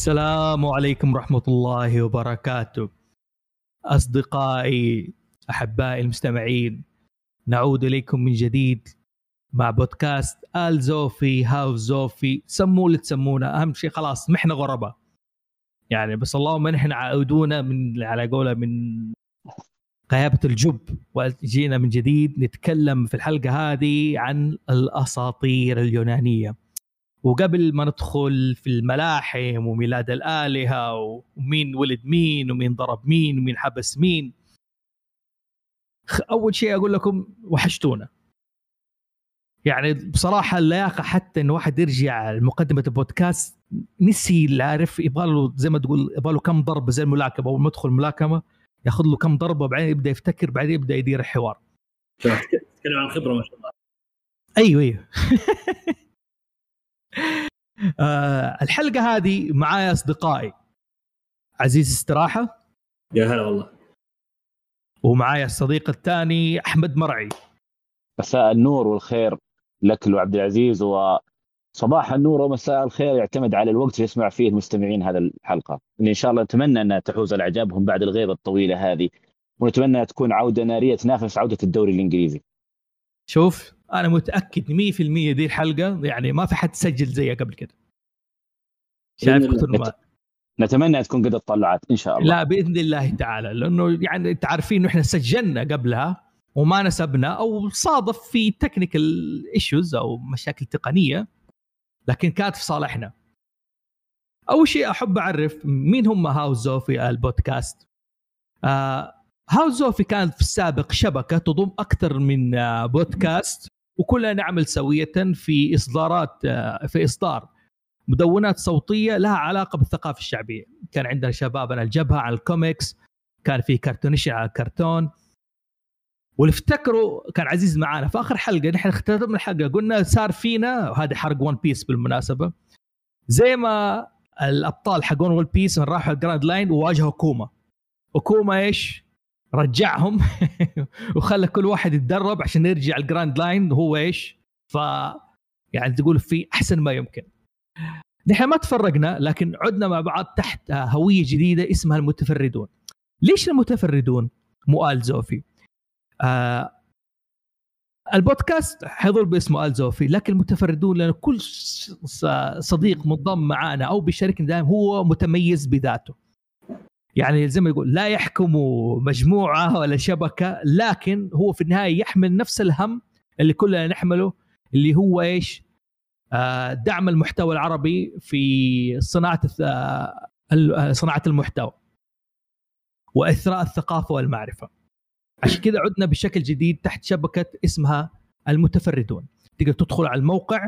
السلام عليكم ورحمة الله وبركاته. أصدقائي أحبائي المستمعين، نعود إليكم من جديد مع بودكاست آل زوفي هاو زوفي، سموه اللي تسمونه، أهم شيء خلاص محنا غرباء يعني، بس اللهم نحن عودونا من على قولة من غيابة الجب، وجينا من جديد نتكلم في الحلقة هذه عن الأساطير اليونانية. وقبل ما ندخل في الملاحم وميلاد الآلهة ومين ولد مين ومين ضرب مين ومين حبس مين، أول شيء أقول لكم وحشتونا. يعني بصراحة اللياقة حتى إن واحد يرجع لمقدمة البودكاست نسي اللي عارف، يبغى له زي ما تقول يبغى له كم ضربة زي الملاكمة، أول ما يدخل الملاكمة ياخذ له كم ضربة وبعدين يبدأ يفتكر، بعدين يبدأ يدير الحوار. تتكلم عن خبرة ما شاء الله. أيوه الحلقة هذه معايا أصدقائي عزيز استراحة، يا هلا والله، ومعايا الصديق الثاني أحمد مرعي. مساء النور والخير لك وعبد العزيز، وصباح النور ومساء الخير يعتمد على الوقت اللي يسمع فيه المستمعين هذا الحلقة، اللي إن شاء الله نتمنى أنها تحوز على إعجابهم بعد الغيبة الطويلة هذه، ونتمنى أن تكون عودة نارية تنافس عودة الدوري الإنجليزي. شوف أنا متأكد 100% دي الحلقة يعني ما في حد سجل زيها قبل كده. شايف نتمنى تكون قد الطلعات إن شاء الله. لا بإذن الله تعالى، لأنه يعني تعرفين إنه إحنا سجلنا قبلها وما نسبنا أو صادف في تكنيكال إيشوز أو مشاكل تقنية، لكن كانت في صالحنا. أول شيء أحب أعرف مين هم هاو زوفي البودكاست. هاو زوفي كانت في السابق شبكة تضم أكثر من بودكاست، وكلنا نعمل سوية في إصدار مدونات صوتية لها علاقة بالثقافة الشعبية. كان عندنا شبابنا الجبهة على الكوميكس، كان في كرتونيش على الكرتون، واللي افتكروا كان عزيز معانا في آخر حلقة نحن اختتمنا الحلقة قلنا صار فينا، وهذا حرق ون بيس بالمناسبة، زي ما الأبطال حقون ون بيس من راحوا الجراند لاين وواجهوا كوما إيش رجعهم وخلى كل واحد يتدرب عشان يرجع الجراند لاين هو إيش، يعني تقول في أحسن ما يمكن. نحن ما تفرقنا لكن عدنا مع بعض تحت هوية جديدة اسمها المتفردون. ليش المتفردون مو آل زوفي؟ البودكاست حيظل باسمه آل زوفي، لكن المتفردون لأن كل صديق منضم معنا أو بيشاركنا دائما هو متميز بذاته. يعني زي ما يقول لا يحكم مجموعة ولا شبكة، لكن هو في النهاية يحمل نفس الهم اللي كلنا نحمله، اللي هو إيش؟ دعم المحتوى العربي في صناعة المحتوى وإثراء الثقافة والمعرفة. عشان كذا عدنا بشكل جديد تحت شبكة اسمها المتفردون. تقدر تدخل على الموقع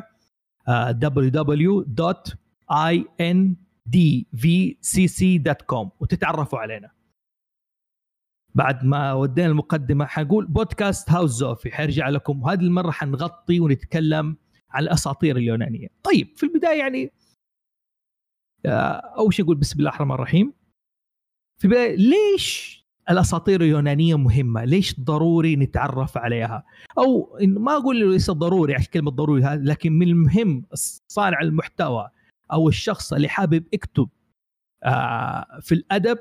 www.indvcc.com وتتعرفوا علينا. بعد ما ودينا المقدمة حنقول بودكاست هاوس زوفي حيرجع لكم، وهذه المرة حنغطي ونتكلم عن الأساطير اليونانية. طيب في البداية يعني أول شيء أقول بسم الله الرحمن الرحيم. في البداية ليش الأساطير اليونانية مهمة؟ ليش ضروري نتعرف عليها؟ أو إن ما أقول ليس ضروري عشان كلمة ضروري هذا، لكن من المهم صانع المحتوى أو الشخص اللي حابب يكتب في الأدب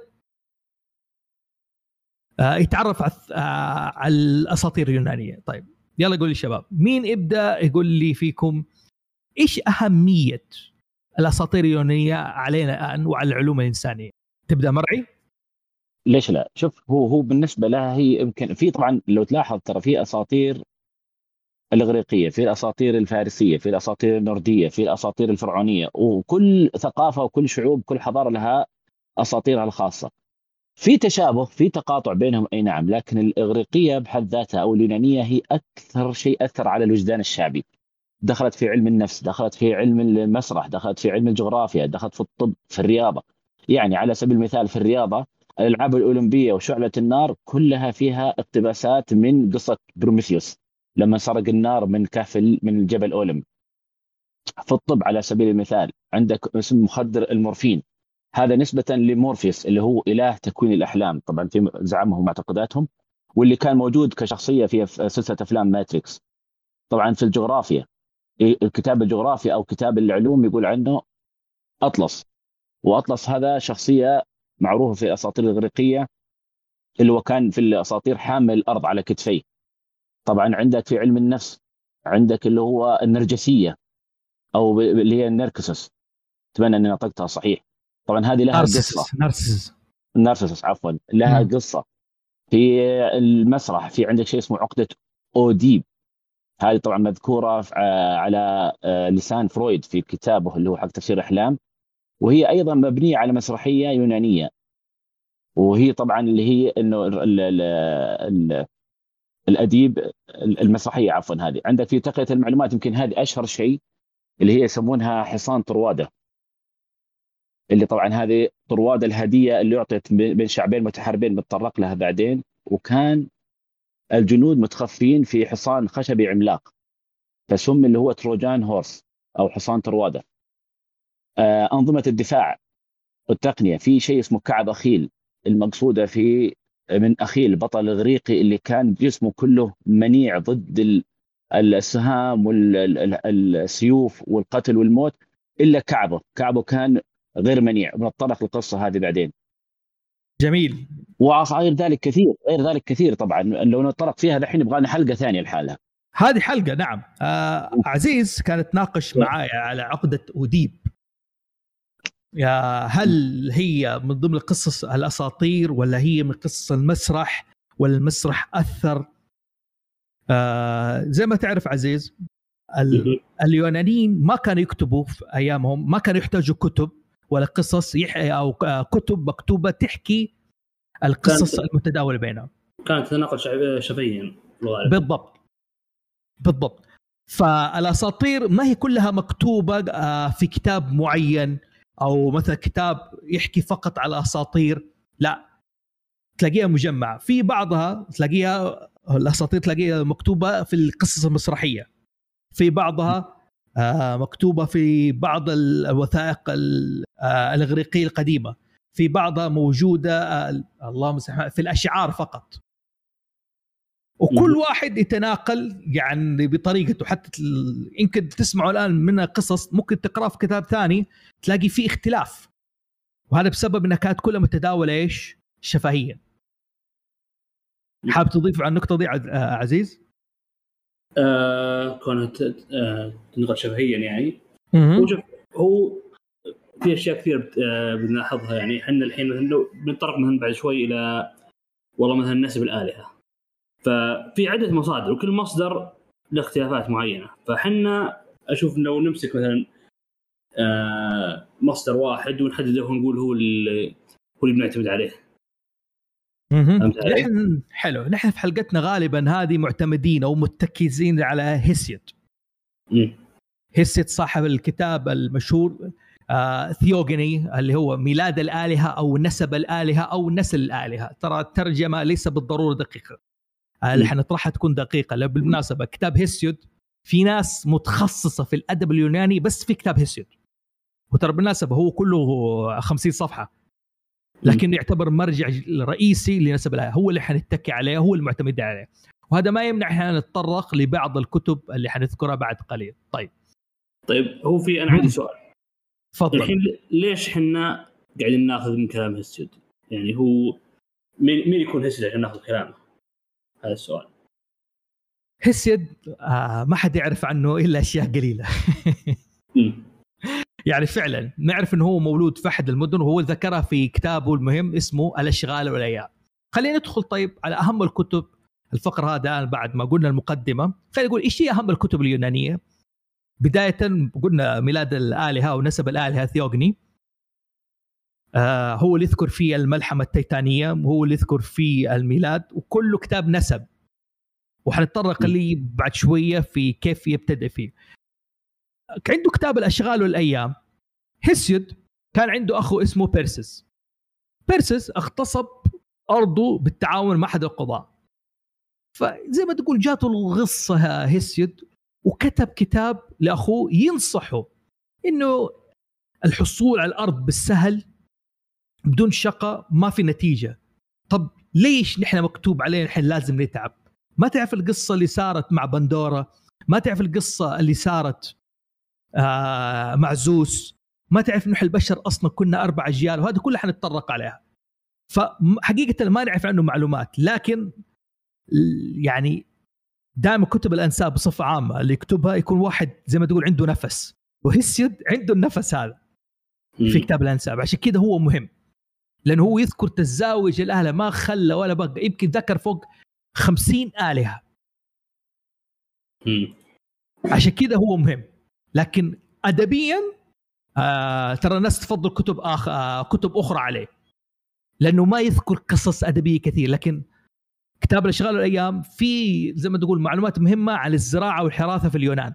يتعرف على الأساطير اليونانية. طيب يلا قول لي شباب، مين يبدأ يقول لي فيكم إيش أهمية الأساطير اليونانية علينا الآن وعلى العلوم الإنسانية؟ تبدأ مرعي؟ ليش لا؟ شوف هو بالنسبة لها هي يمكن في طبعا لو تلاحظ ترى في أساطير الإغريقية، في الأساطير الفارسية، في الأساطير النوردية، في الأساطير الفرعونية، وكل ثقافة وكل شعوب كل حضارة لها أساطيرها الخاصة. في تشابه في تقاطع بينهم أي نعم، لكن الإغريقية بحد ذاتها أو اليونانية هي أكثر شيء أثر على الوجدان الشعبي. دخلت في علم النفس، دخلت في علم المسرح، دخلت في علم الجغرافيا، دخلت في الطب، في الرياضة. يعني على سبيل المثال في الرياضة الألعاب الأولمبية وشعلة النار كلها فيها اقتباسات من قصة بروميثيوس لما سرق النار من كهف من الجبل أولم. في الطب على سبيل المثال عندك اسم مخدر المورفين، هذا نسبة لمورفيوس اللي هو إله تكوين الأحلام، طبعا في زعمهم معتقداتهم، واللي كان موجود كشخصية في سلسلة أفلام ماتريكس. طبعا في الجغرافيا، الكتاب الجغرافي أو كتاب العلوم يقول عنه أطلس، وأطلس هذا شخصية معروفة في الأساطير الإغريقية، اللي هو كان في الأساطير حامل الأرض على كتفيه. طبعا عندك في علم النفس عندك اللي هو النرجسية، أو اللي هي النركسس، أتمنى أني نطقتها صحيح. طبعا هذه لها قصة. نارسس عفوا، لها قصة في المسرح. في عندك شيء اسمه عقدة أوديب، هذه طبعا مذكورة على لسان فرويد في كتابه اللي هو حق تفسير الأحلام، وهي أيضا مبنية على مسرحية يونانية. وهي طبعا اللي هي إنه الأديب المسرحية عفوا. هذه عندك في تقنية المعلومات، يمكن هذه أشهر شيء، اللي هي يسمونها حصان طروادة، اللي طبعا هذه طروادة الهدية اللي أعطيت بين شعبين متحاربين، بتطرق لها بعدين. وكان الجنود متخفين في حصان خشبي عملاق، فسمي اللي هو تروجان هورس أو حصان طروادة. أنظمة الدفاع والتقنية، في شيء اسمه كعب أخيل، المقصودة في من أخيل البطل الإغريقي اللي كان جسمه كله منيع ضد السهام والسيوف والقتل والموت، إلا كعبه كان غير منيع. بنتطرق للقصة هذه بعدين. جميل. وغير ذلك كثير طبعا، لو نتطرق فيها الحين يبغى لنا حلقة ثانية لحالها. هذه حلقة نعم. عزيز كانت تناقش معايا على عقدة أوديب، هل هي من ضمن قصص الأساطير ولا هي من قصص المسرح، ولا المسرح أثر؟ زي ما تعرف عزيز، اليونانيين ما كانوا يكتبوا في أيامهم، ما كانوا يحتاجوا كتب ولا قصص أو كتب مكتوبة تحكي القصص المتداولة بينهم، كانت تناقل شفهيا. بالضبط. فالأساطير ما هي كلها مكتوبة في كتاب معين، أو مثلا كتاب يحكي فقط على أساطير، لا، تلاقيها مجمعة. في بعضها تلاقيها الأساطير تلاقيها مكتوبة في القصص المسرحية، في بعضها مكتوبة في بعض الوثائق الإغريقية القديمة، في بعضها موجودة اللهم صل في الأشعار فقط. وكل واحد يتناقل يعني بطريقته. حتى يمكن تسمعوا الآن منها قصص ممكن تقرأ في كتاب ثاني تلاقي فيه اختلاف، وهذا بسبب أنها كانت كلها متداولة إيش؟ شفهيا. حاب تضيف على النقطة دي عزيز؟ كانت تنقل شفهيا يعني. هو في أشياء كثير بنلاحظها. يعني إحنا الحين مثلا بنطرق مثلا بعد شوي إلى والله مثلا نسب الآلهة، ففي عدة مصادر وكل مصدر له اختلافات معينة. فحنا أشوف لو نمسك مثلا مصدر واحد ونحدده ونقول هو اللي بنعتمد عليه. نحن حلو، نحن في حلقتنا غالبا هذه معتمدين أو متكزين على هيسيود. هيسيود صاحب الكتاب المشهور ثيوغني، اللي هو ميلاد الآلهة أو نسب الآلهة أو نسل الآلهة. ترى الترجمة ليس بالضرورة دقيقة، اللي حنطرحها تكون دقيقة. لا بالمناسبة كتاب هيسيود في ناس متخصصة في الأدب اليوناني بس في كتاب هيسيود، وترى بالمناسبة هو كله 50 صفحة، لكن يعتبر مرجع رئيسي لنسب الآلهة، هو اللي حنتكي عليه، هو المعتمد عليه. وهذا ما يمنع احنا نتطرق لبعض الكتب اللي حنذكرها بعد قليل. طيب هو في أنا عندي سؤال. تفضل. الحين ليش حنا قاعدين ناخذ من كلام هيسيود؟ يعني هو مين يكون هيسيود عشان ناخذ كلامه؟ هذا السؤال. هيسيود ما حد يعرف عنه إلا أشياء قليلة. يعني فعلا نعرف أنه هو مولود في أحد المدن، وهو ذكرها في كتابه المهم اسمه الأشغال والأيام. خلينا ندخل طيب على أهم الكتب. الفقرة هذا بعد ما قلنا المقدمة، خلينا نقول إيش هي أهم الكتب اليونانية. بداية قلنا ميلاد الآلهة أو نسب الآلهة ثيوغني، هو اللي يذكر فيه الملحمة التيتانية، وهو اللي يذكر فيه الميلاد، وكله كتاب نسب، وحنتطرق لي بعد شوية في كيف يبتدئ فيه. عنده كتاب الأشغال والأيام. هيسيود كان عنده أخو اسمه بيرسس اغتصب أرضه بالتعاون مع أحد القضاة، فزي ما تقول جاته الغصة هيسيود وكتب كتاب لأخوه ينصحه إنه الحصول على الأرض بالسهل بدون شقة ما في نتيجة. طب ليش نحن مكتوب علينا نحن لازم نتعب؟ ما تعرف القصة اللي صارت مع بندورة؟ ما تعرف القصة اللي صارت مع زوس؟ ما تعرف إنه البشر أصلا كنا 4 أجيال، وهذا كله حنتطرق عليها. فحقيقة ما نعرف عنه معلومات، لكن يعني دائما كتب الأنساب بصفة عامة اللي يكتبها يكون واحد زي ما تقول عنده نفس، وهيسيود عنده النفس هذا في كتاب الأنساب. عشان كده هو مهم، لأنه هو يذكر تزاوج الآلهة ما خلى ولا بقى، يمكن ذكر فوق 50 آلهة. عشان كده هو مهم. لكن أدبيا ترى الناس تفضل كتب أخرى عليه، لأنه ما يذكر قصص أدبية كثير. لكن كتاب الأشغال والأيام في زي ما تقول معلومات مهمة عن الزراعة والحراثة في اليونان،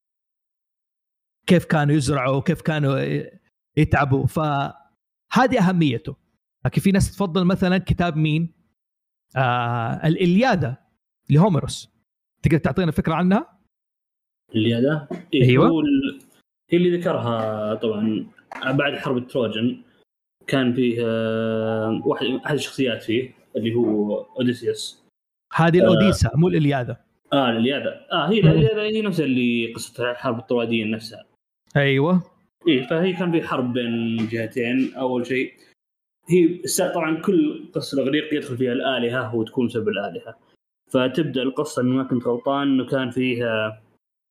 كيف كانوا يزرعوا، كيف كانوا يتعبوا، فهذه أهميته. لكن في ناس تفضل مثلا كتاب مين الإليادة لهوميروس. تقدر تعطينا فكرة عنها؟ الإليادة أيوة. هي اللي ذكرها طبعا بعد حرب تروجن، كان فيه أحد الشخصيات فيه اللي هو أوديسيوس. هذه الأوديسا مو الإليادة. الإليادة هي الإليادة هي نفسها اللي قصة حرب الطرواديين نفسها. أيوة. فهي كان في حرب بين جهتين. أول شيء هي طبعا كل قصة الإغريق يدخل فيها الآلهة وتكون سبب الآلهة. فتبدأ القصة إنه ما كنت غلطان إنه كان فيها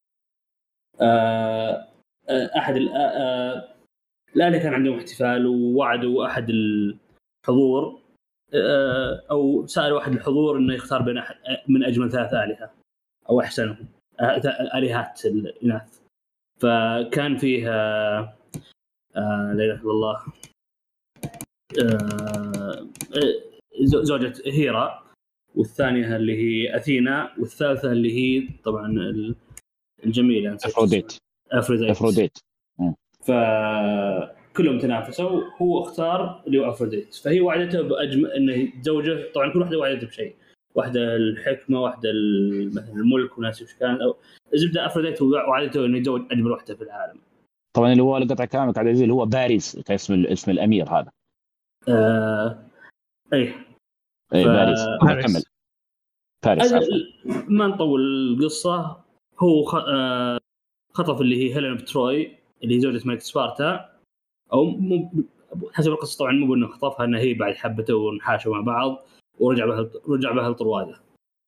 أحد الآلهة كان عندهم احتفال، ووعدوا أحد الحضور أو سألوا أحد الحضور إنه يختار بين من أجمل 3 آلهة أو أحسنهم آلهات الإناث. فكان فيها لا إله إلا الله زوجة هيرا، والثانية اللي هي أثينا، والثالثة اللي هي طبعا الجميلة أفروديت. فكلهم تنافسوا، هو اختار اللي هو أفروديت. فهي وعدته بأجمل إنه زوجة، طبعا كل واحدة وعدته بشيء، واحدة الحكمة، واحدة مثلا الملك وناس وش كان، أو زبدة أفروديت وعدته إنه يتزوج أجمل واحدة في العالم. طبعا اللي هو لقطع كلامك عبد العزيز اللي هو باريس، اسم الأمير هذا. باريس. كمل. فارس. ما نطول القصة. هو خطف اللي هي هيلين بتروي اللي هي زوجة ملك سبارتا، أو حسب القصة طبعا مو بأنه خطفها، أنها هي بعد حبته ونحاشوا مع بعض ورجع بها لطروادة.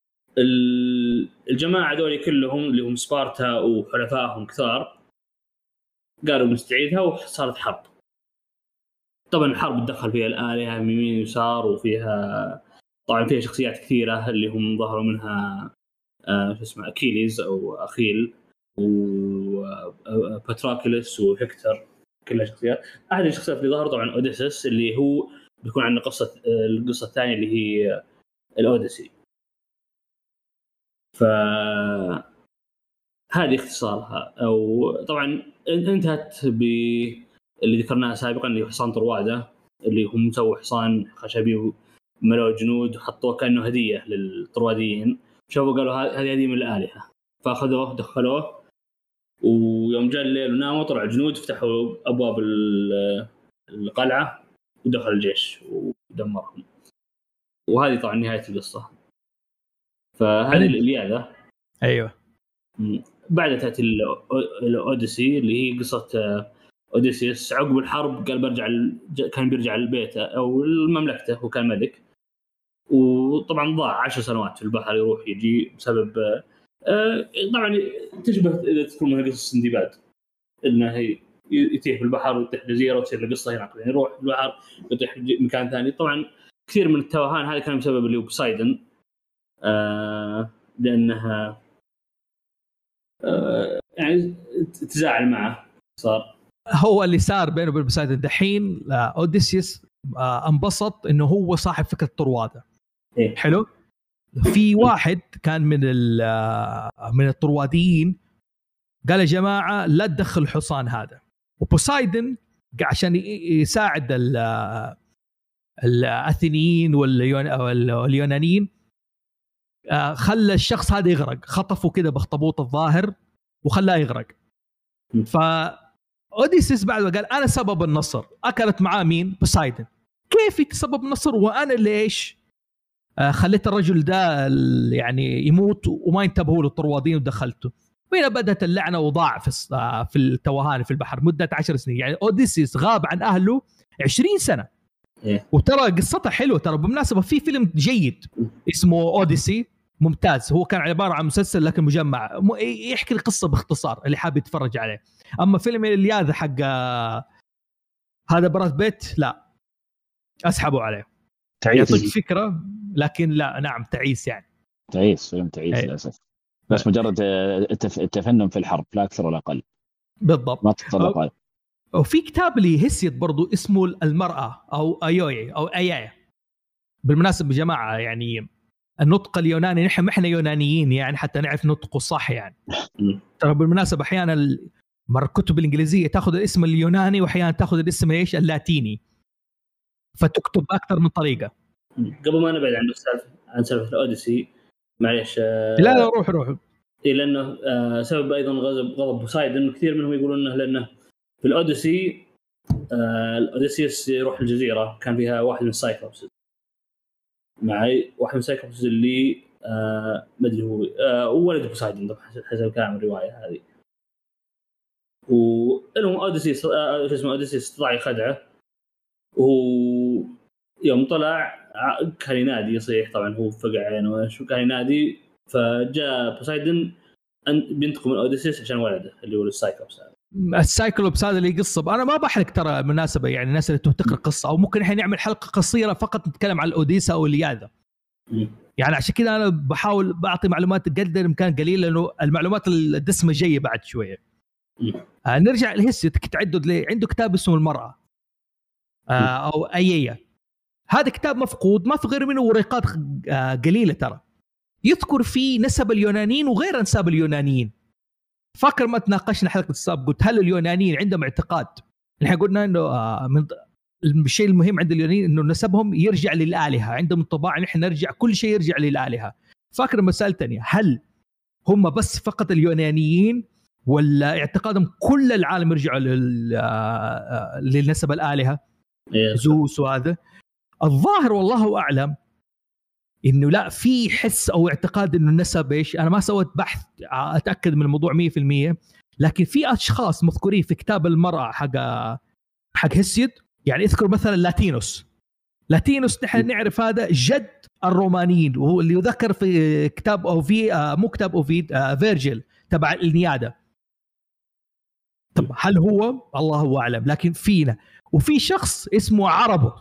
الجماعة دولي كلهم اللي هم سبارتا وحلفائهم كثار قالوا بنستعيدها، وصارت حرب. طبعا الحرب تدخل فيها الآلهة من يمين ويسار، وفيها طبعا فيها شخصيات كثيرة اللي هم ظهروا منها شو اسمه أكيليز أو أخيل وباتراكيلس وهكتر، كلها شخصيات. أحد الشخصيات اللي ظهر طبعا أوديسيس اللي هو بيكون عندنا القصة الثانية اللي هي الأوديسي. فهذه اختصارها. أو طبعا انتهت باللي ذكرناه سابقا اللي هو حصان طروادة، اللي هم مسووا حصان خشبي وملوه جنود وحطوه كأنه هدية للطرواديين. شافوا قالوا هذه هدية من الآلهة، فأخذوه دخلوه، ويوم جاء الليل وناموا طلع جنود فتحوا أبواب القلعة ودخل الجيش ودمرهم. وهذه طبعا نهاية القصة. فهذه الإليادة. أيوة. بعد تأتي الأوديسي اللي هي قصة أوديسيوس عقب الحرب. قال كان بيرجع البيت أو المملكته، وكان ملك، وطبعا ضاع 10 سنوات في البحر يروح يجي بسبب طبعا تشبه إذا تكون من قصة سندباد، إنه يتيه في البحر ويطيح جزيرة وتصير القصة هناك، يعني يروح في البحر يطيح مكان ثاني. طبعا كثير من التوهان هذا كان بسبب اللي هو بوسايدن، لأنها يعني تزاعل معه. صار هو اللي صار بينه وبين بوسايدن دحين. أوديسيوس انبسط إنه هو صاحب فكرة طروادة. إيه؟ حلو. في واحد كان من الطرواديين قال يا جماعة لا تدخل الحصان هذا، وبوسايدن عشان يساعد الأثينيين واليونانيين خلى الشخص هذا يغرق، خطفه كده باخطبوط الظاهر وخلاه يغرق. فأوديسيس بعد قال أنا سبب النصر. أكلت معاه مين؟ بوسايدن. كيف يتسبب النصر وأنا ليش خليت الرجل ده يعني يموت وما ينتبهوا للطروادين ودخلته؟ وهنا بدأت اللعنة وضاع في التوهان في البحر مدة 10 سنين. يعني أوديسيس غاب عن أهله 20 سنة. وترى قصتها حلوة ترى. بالمناسبة في فيلم جيد اسمه أوديسي ممتاز، هو كان عبارة عن مسلسل لكن مجمع يحكي القصة باختصار اللي حابب يتفرج عليه. أما فيلم الياذا حق هذا براد بيت لا أسحبوا عليه، يعطيك فكرة لكن لا نعم تعيس، يعني تعيس فيلم تعيس للأسف، بس مجرد التفنن في الحرب لا أكثر ولا أقل. بالضبط. ما تتطلق عليه. وفي كتاب لي هسيت برضو اسمه المرأة أو أيوي أو أيايا. بالمناسبة يا جماعة يعني النطق اليوناني نحن ما احنا يونانيين يعني حتى نعرف نطقه صح يعني. ترى بالمناسبة أحيانا مرة الكتب الإنجليزية تأخذ الاسم اليوناني وأحيانا تأخذ الاسم إيش اللاتيني، فتكتب أكثر من طريقة. قبل ما نبعد عن سالفة الأوديسي معليش لا روح إيه، لأنه سبب أيضا غضب بوسايدن كثير منهم يقولون إنه لأنه في الأوديسي الأوديسيوس يروح الجزيرة كان فيها واحد من السايكلوبس معي، واحد من السايكلوبس اللي ما أدري هو ولد بوسايدن طبعا حسب كلام الرواية هذه. وإنهم أوديسيوس اسمه أوديسيوس استطاع يخدعه، ويوم طلع كان ينادي يصيح طبعا هو فقع عينه وشو كان ينادي، فجاء بوسايدن بينتقم من أوديسيوس عشان ولده اللي هو السايكلوبس هذا. السايكلوبس هذا اللي قصة أنا ما بحرق ترى مناسبة، يعني الناس اللي تقرأ قصة أو ممكن إحنا نعمل حلقة قصيرة فقط نتكلم عن الأوديسا أو الياذا. يعني عشان كذا أنا بحاول بعطي معلومات قدر الإمكان قليل لأنه المعلومات الدسمة جاية بعد شوية. نرجع لهسيت تعدد ليه عنده كتاب اسمه المرأة أو أيية. هذا كتاب مفقود ما في غير منه ورقات قليلة ترى يذكر فيه نسب اليونانيين وغير نسب اليونانيين. فاكر ما تناقشنا حلقة السابق قلت هل اليونانيين عندهم اعتقاد؟ نحن قلنا إنه من الشيء المهم عند اليونانيين إنه نسبهم يرجع للآلهة، عندهم انطباع نحن نرجع كل شيء يرجع للآلهة. فاكر مسألة تانية هل هم بس فقط اليونانيين ولا اعتقادهم كل العالم يرجعوا للنسب الآلهة زوس وهذا؟ الظاهر والله أعلم إنه لا في حس أو اعتقاد إنه النسب إيش. أنا ما سويت بحث أتأكد من الموضوع 100%، لكن في أشخاص مذكورين في كتاب المرأة حق هسيد. يعني اذكر مثلا لاتينوس نحن نعرف هذا جد الرومانيين، وهو اللي يذكر في كتاب أو في مو كتاب أوفيد فيرجل تبع النيادة. طب هل هو الله أعلم، لكن فينا وفي شخص اسمه عربو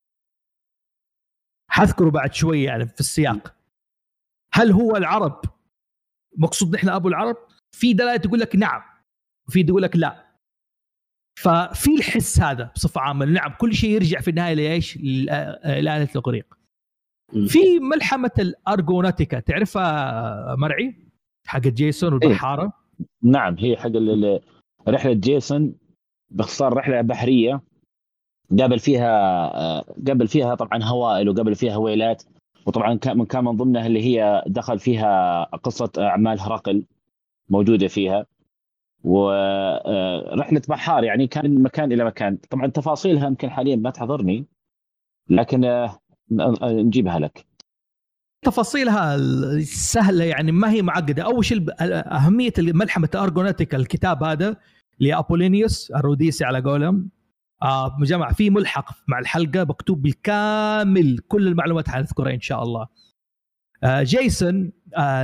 حذكره بعد شوية يعني في السياق. هل هو العرب مقصود نحن أبو العرب؟ في دلائل تقول لك نعم وفي تقول لك لا. ففي الحس هذا بصفة عامة نعم كل شيء يرجع في النهاية لإيش لآلة الإغريق. في ملحمة الأرغوناتيكا تعرفها مرعي حق جيسون والبحارة؟ نعم هي حق رحلة جيسون باختصار رحلة بحرية قابل فيها طبعا هوائل وقابل فيها هويلات، وطبعا كان من ضمنها اللي هي دخل فيها قصة أعمال هرقل موجودة فيها، ورحلة بحار يعني كان من مكان إلى مكان. طبعا تفاصيلها يمكن حاليا ما تحضرني لكن نجيبها لك. تفاصيلها سهلة يعني ما هي معقدة. أول شيء أهمية ملحمة أرغوناتيكا الكتاب هذا لأبولينيوس الروديسي على قولهم مجمع فيه ملحق مع الحلقة مكتوب بالكامل كل المعلومات حنذكرها إن شاء الله. جيسون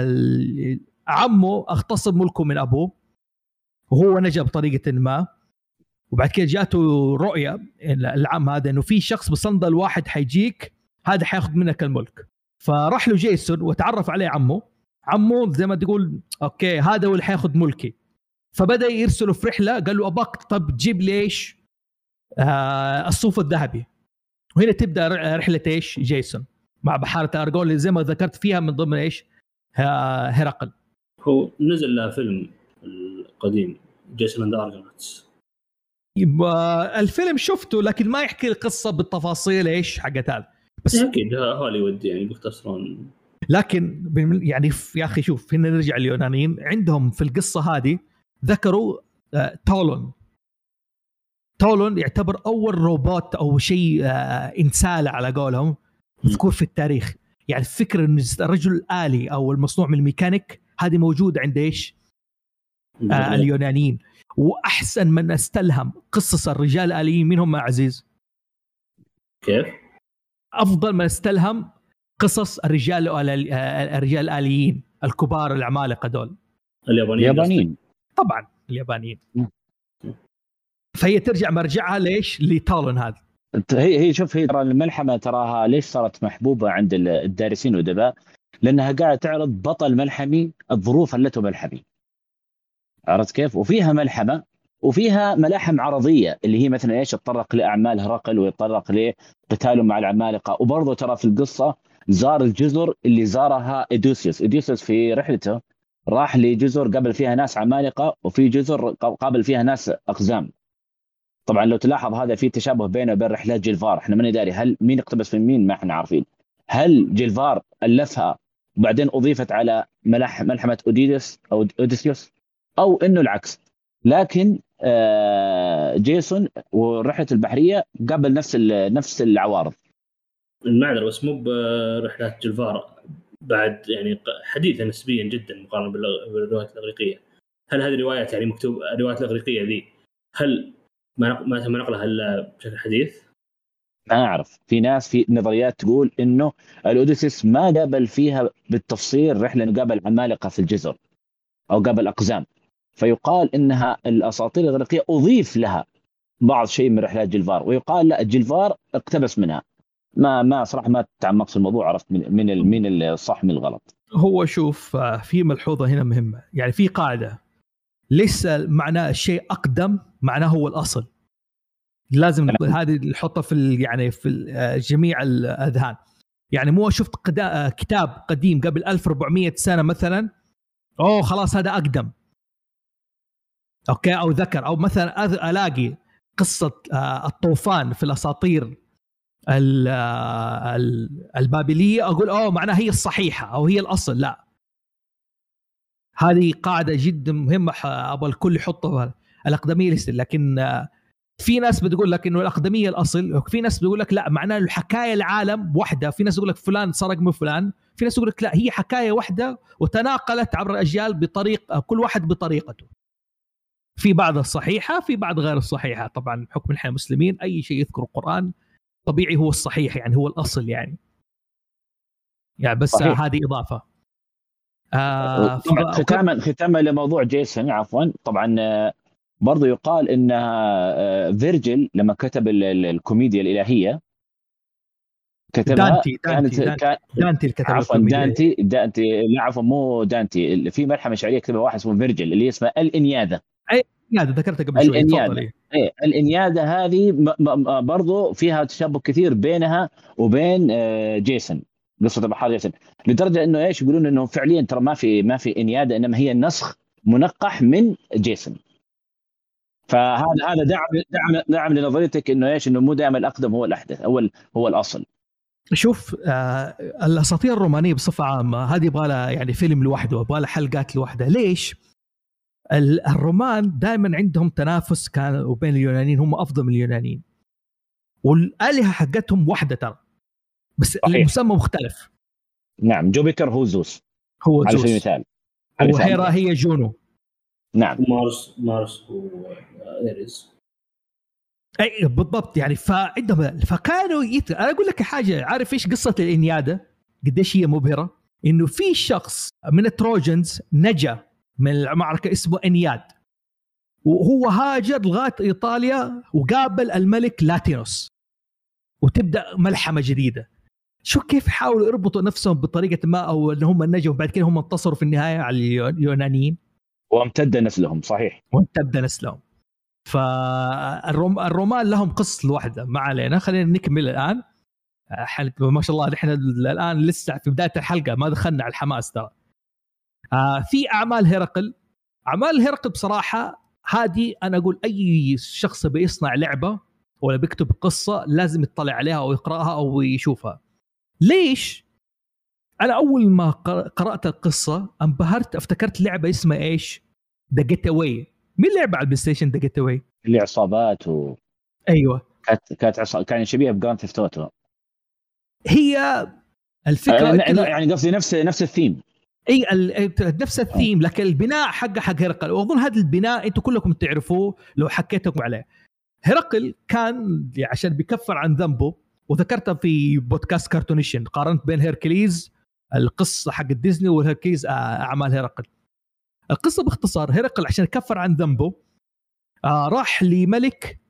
عمه اغتصب ملكه من أبوه وهو نجا بطريقة ما، وبعد كده جاته رؤية العام هذا إنه في شخص بصندل واحد حيجيك هذا حياخد منك الملك. فراح له جيسون وتعرف عليه عمه زي ما تقول أوكي هذا هو اللي حياخد ملكي. فبدأ يرسله في رحلة قال له أباك طب جيب ليش الصوف الذهبي. وهنا تبدأ رحلة إيش جيسون مع بحارة أرغون اللي زي ما ذكرت فيها من ضمن إيش هرقل. هو نزل له فيلم القديم جيسون اند أرغونوتس. يبقى الفيلم شفته لكن ما يحكي القصة بالتفاصيل إيش حقت هذا، بس أكيد هوليوود يعني بيختصرون. لكن يعني يا أخي شوف هنا نرجع اليونانيين عندهم في القصة هذه ذكروا تولون يعتبر أول روبوت أو شيء إنسان على قولهم مذكور في التاريخ. يعني الفكرة إن الرجل الآلي أو المصنوع من الميكانيك هذه موجودة عند إيش اليونانيين. واحسن من استلهم قصص الرجال الآليين منهم يا عزيز؟ كيف؟ افضل من استلهم قصص الرجال الآليين الكبار العمالقه دول، اليابانيين طبعا اليابانيين. فهي ترجع مرجعها ليش؟ لتالون هذا. هي شوف، هي ترى الملحمه تراها ليش صارت محبوبه عند الدارسين والادباء؟ لانها قاعده تعرض بطل ملحمي الظروف خلته ملحمي، عرفت كيف؟ وفيها ملحمه وفيها ملاحم عرضيه اللي هي مثلا ايش، تطرق لاعمال هرقل ويتطرق لقتاله مع العمالقه. وبرضه ترى في القصه زار الجزر اللي زارها اوديسيوس في رحلته، راح لجزر قابل فيها ناس عمالقه وفي جزر قابل فيها ناس اقزام. طبعا لو تلاحظ هذا في تشابه بينه وبين رحلات جيلفار. احنا ما ندري هل مين اقتبس من مين، ما احنا عارفين. هل جيلفار الفها وبعدين اضيفت على ملحمه اوديسيوس او انه العكس؟ لكن جيسون والرحله البحريه قبل نفس العوارض المعذره، بس مو برحلات جلفار، بعد يعني حديثه نسبيا جدا مقارنه بالروايات الاغريقيه. هل هذه الروايات يعني مكتوب الروايات الاغريقيه ذي هل ما تم نقلها الا بشكل حديث؟ ما اعرف. في ناس في نظريات تقول انه الاوديسيس ما قابل فيها بالتفصيل رحله انه قابل عمالقه في الجزر او قابل اقزام، فيقال انها الاساطير الاغريقيه اضيف لها بعض شيء من رحلات جيلفار، ويقال لا جيلفار اقتبس منها. ما صراحه ما تعمقت في الموضوع، عرفت من الصح من الغلط. هو شوف، في ملحوظه هنا مهمه، يعني في قاعده ليس معناه الشيء اقدم معناه هو الاصل. لازم هذه نحطها في يعني في جميع الاذهان. يعني مو شفت كتاب قديم قبل 1400 سنه مثلا اوه خلاص هذا اقدم، اوكي، او ذكر، او مثلا الاقي قصه الطوفان في الاساطير البابليه اقول اوه معناها هي الصحيحه او هي الاصل. لا، هذه قاعده جدا مهمه ابغى الكل يحطها، الاقدميه ليست. لكن في ناس بتقول لك انه الاقدميه الاصل، وفي ناس بتقول لك لا معناه الحكايه العالم واحده. في ناس يقول لك فلان سرق من فلان، في ناس يقول لك لا هي حكايه واحده وتناقلت عبر الاجيال بطريقه كل واحد بطريقته. في بعض الصحيحه في بعض غير الصحيحه. طبعا بحكم احنا مسلمين اي شيء يذكر القرآن طبيعي هو الصحيح، يعني هو الاصل يعني بس صحيح. هذه اضافه. ختاما لموضوع جيسون عفوا. طبعا برضو يقال انها فيرجل لما كتب الكوميديا الالهيه كتبها دانتي اللي كتب الكوميديا. دانتي لا عفوا مو دانتي، في ملحمه شعريه كتبها واحد اسمه فيرجل اللي اسمه الانياده. الانياده ذكرتها قبل شوي، تفضل. الانياده هذه برضو فيها تشابه كثير بينها وبين جيسون، قصه بحار جيسون، لدرجه انه ايش يقولون انه فعليا ترى ما في انياده، انما هي نسخ منقح من جيسون. فهذا دعم لنظريتك انه ايش، انه مو دائما الاقدم هو الاحدث، هو الاصل. شوف الاساطير الرومانيه بصفه عامه هذه يبغى لها يعني فيلم لوحده، يبغى لها حلقات لوحدها. ليش؟ الرومان دائما عندهم تنافس كان وبين اليونانيين، هم افضل من اليونانيين، والالهه حقتهم واحده ترى، بس صحيح. المسمى مختلف. نعم، جوبيتر هو زوس، هو على سبيل المثال، وهيرا هي جونو. نعم، مارس وإيريس. اي بالضبط. يعني فكانوا انا اقول لك حاجه، عارف ايش قصه الانياده قديش هي مبهره؟ انه في شخص من التروجنز نجا من المعركه اسمه انياد، وهو هاجر لغايه ايطاليا وقابل الملك لاتينوس، وتبدا ملحمه جديده. شو كيف حاولوا يربطوا نفسهم بطريقه ما، او ان هم نجوا وبعد كده هم انتصروا في النهايه على اليونانيين وامتد نسلهم. صحيح، وامتد نسلهم. فالرومان لهم قصة لوحدة. ما علينا، خلينا نكمل الآن. ما شاء الله نحن الآن لسه في بداية الحلقة، ما دخلنا على الحماس ترى. في أعمال هرقل بصراحة هذه أنا أقول أي شخص بيصنع لعبة ولا بيكتب قصة لازم يطلع عليها أو يقرأها أو يشوفها. ليش؟ أنا أول ما قرأت القصة انبهرت، افتكرت لعبة اسمها إيش؟ The Getaway. مين لعبة على البلاي ستيشن The Getaway؟ اللي عصابات ايوه، كان شبيه بجراند ثيفت اوتو. هي الفكره يعني قصدي نفس الثيم. اي نفس الثيم، لكن البناء حق هرقل، واظن هذا البناء انتم كلكم تعرفوه لو حكيتكم عليه. هرقل كان عشان بيكفر عن ذنبه، وذكرتها في بودكاست كارتونيشن، قارنت بين هيركليز القصه حق ديزني وهيركليز اعمال هرقل. القصه باختصار، هرقل عشان يكفر عن ذنبه راح لملك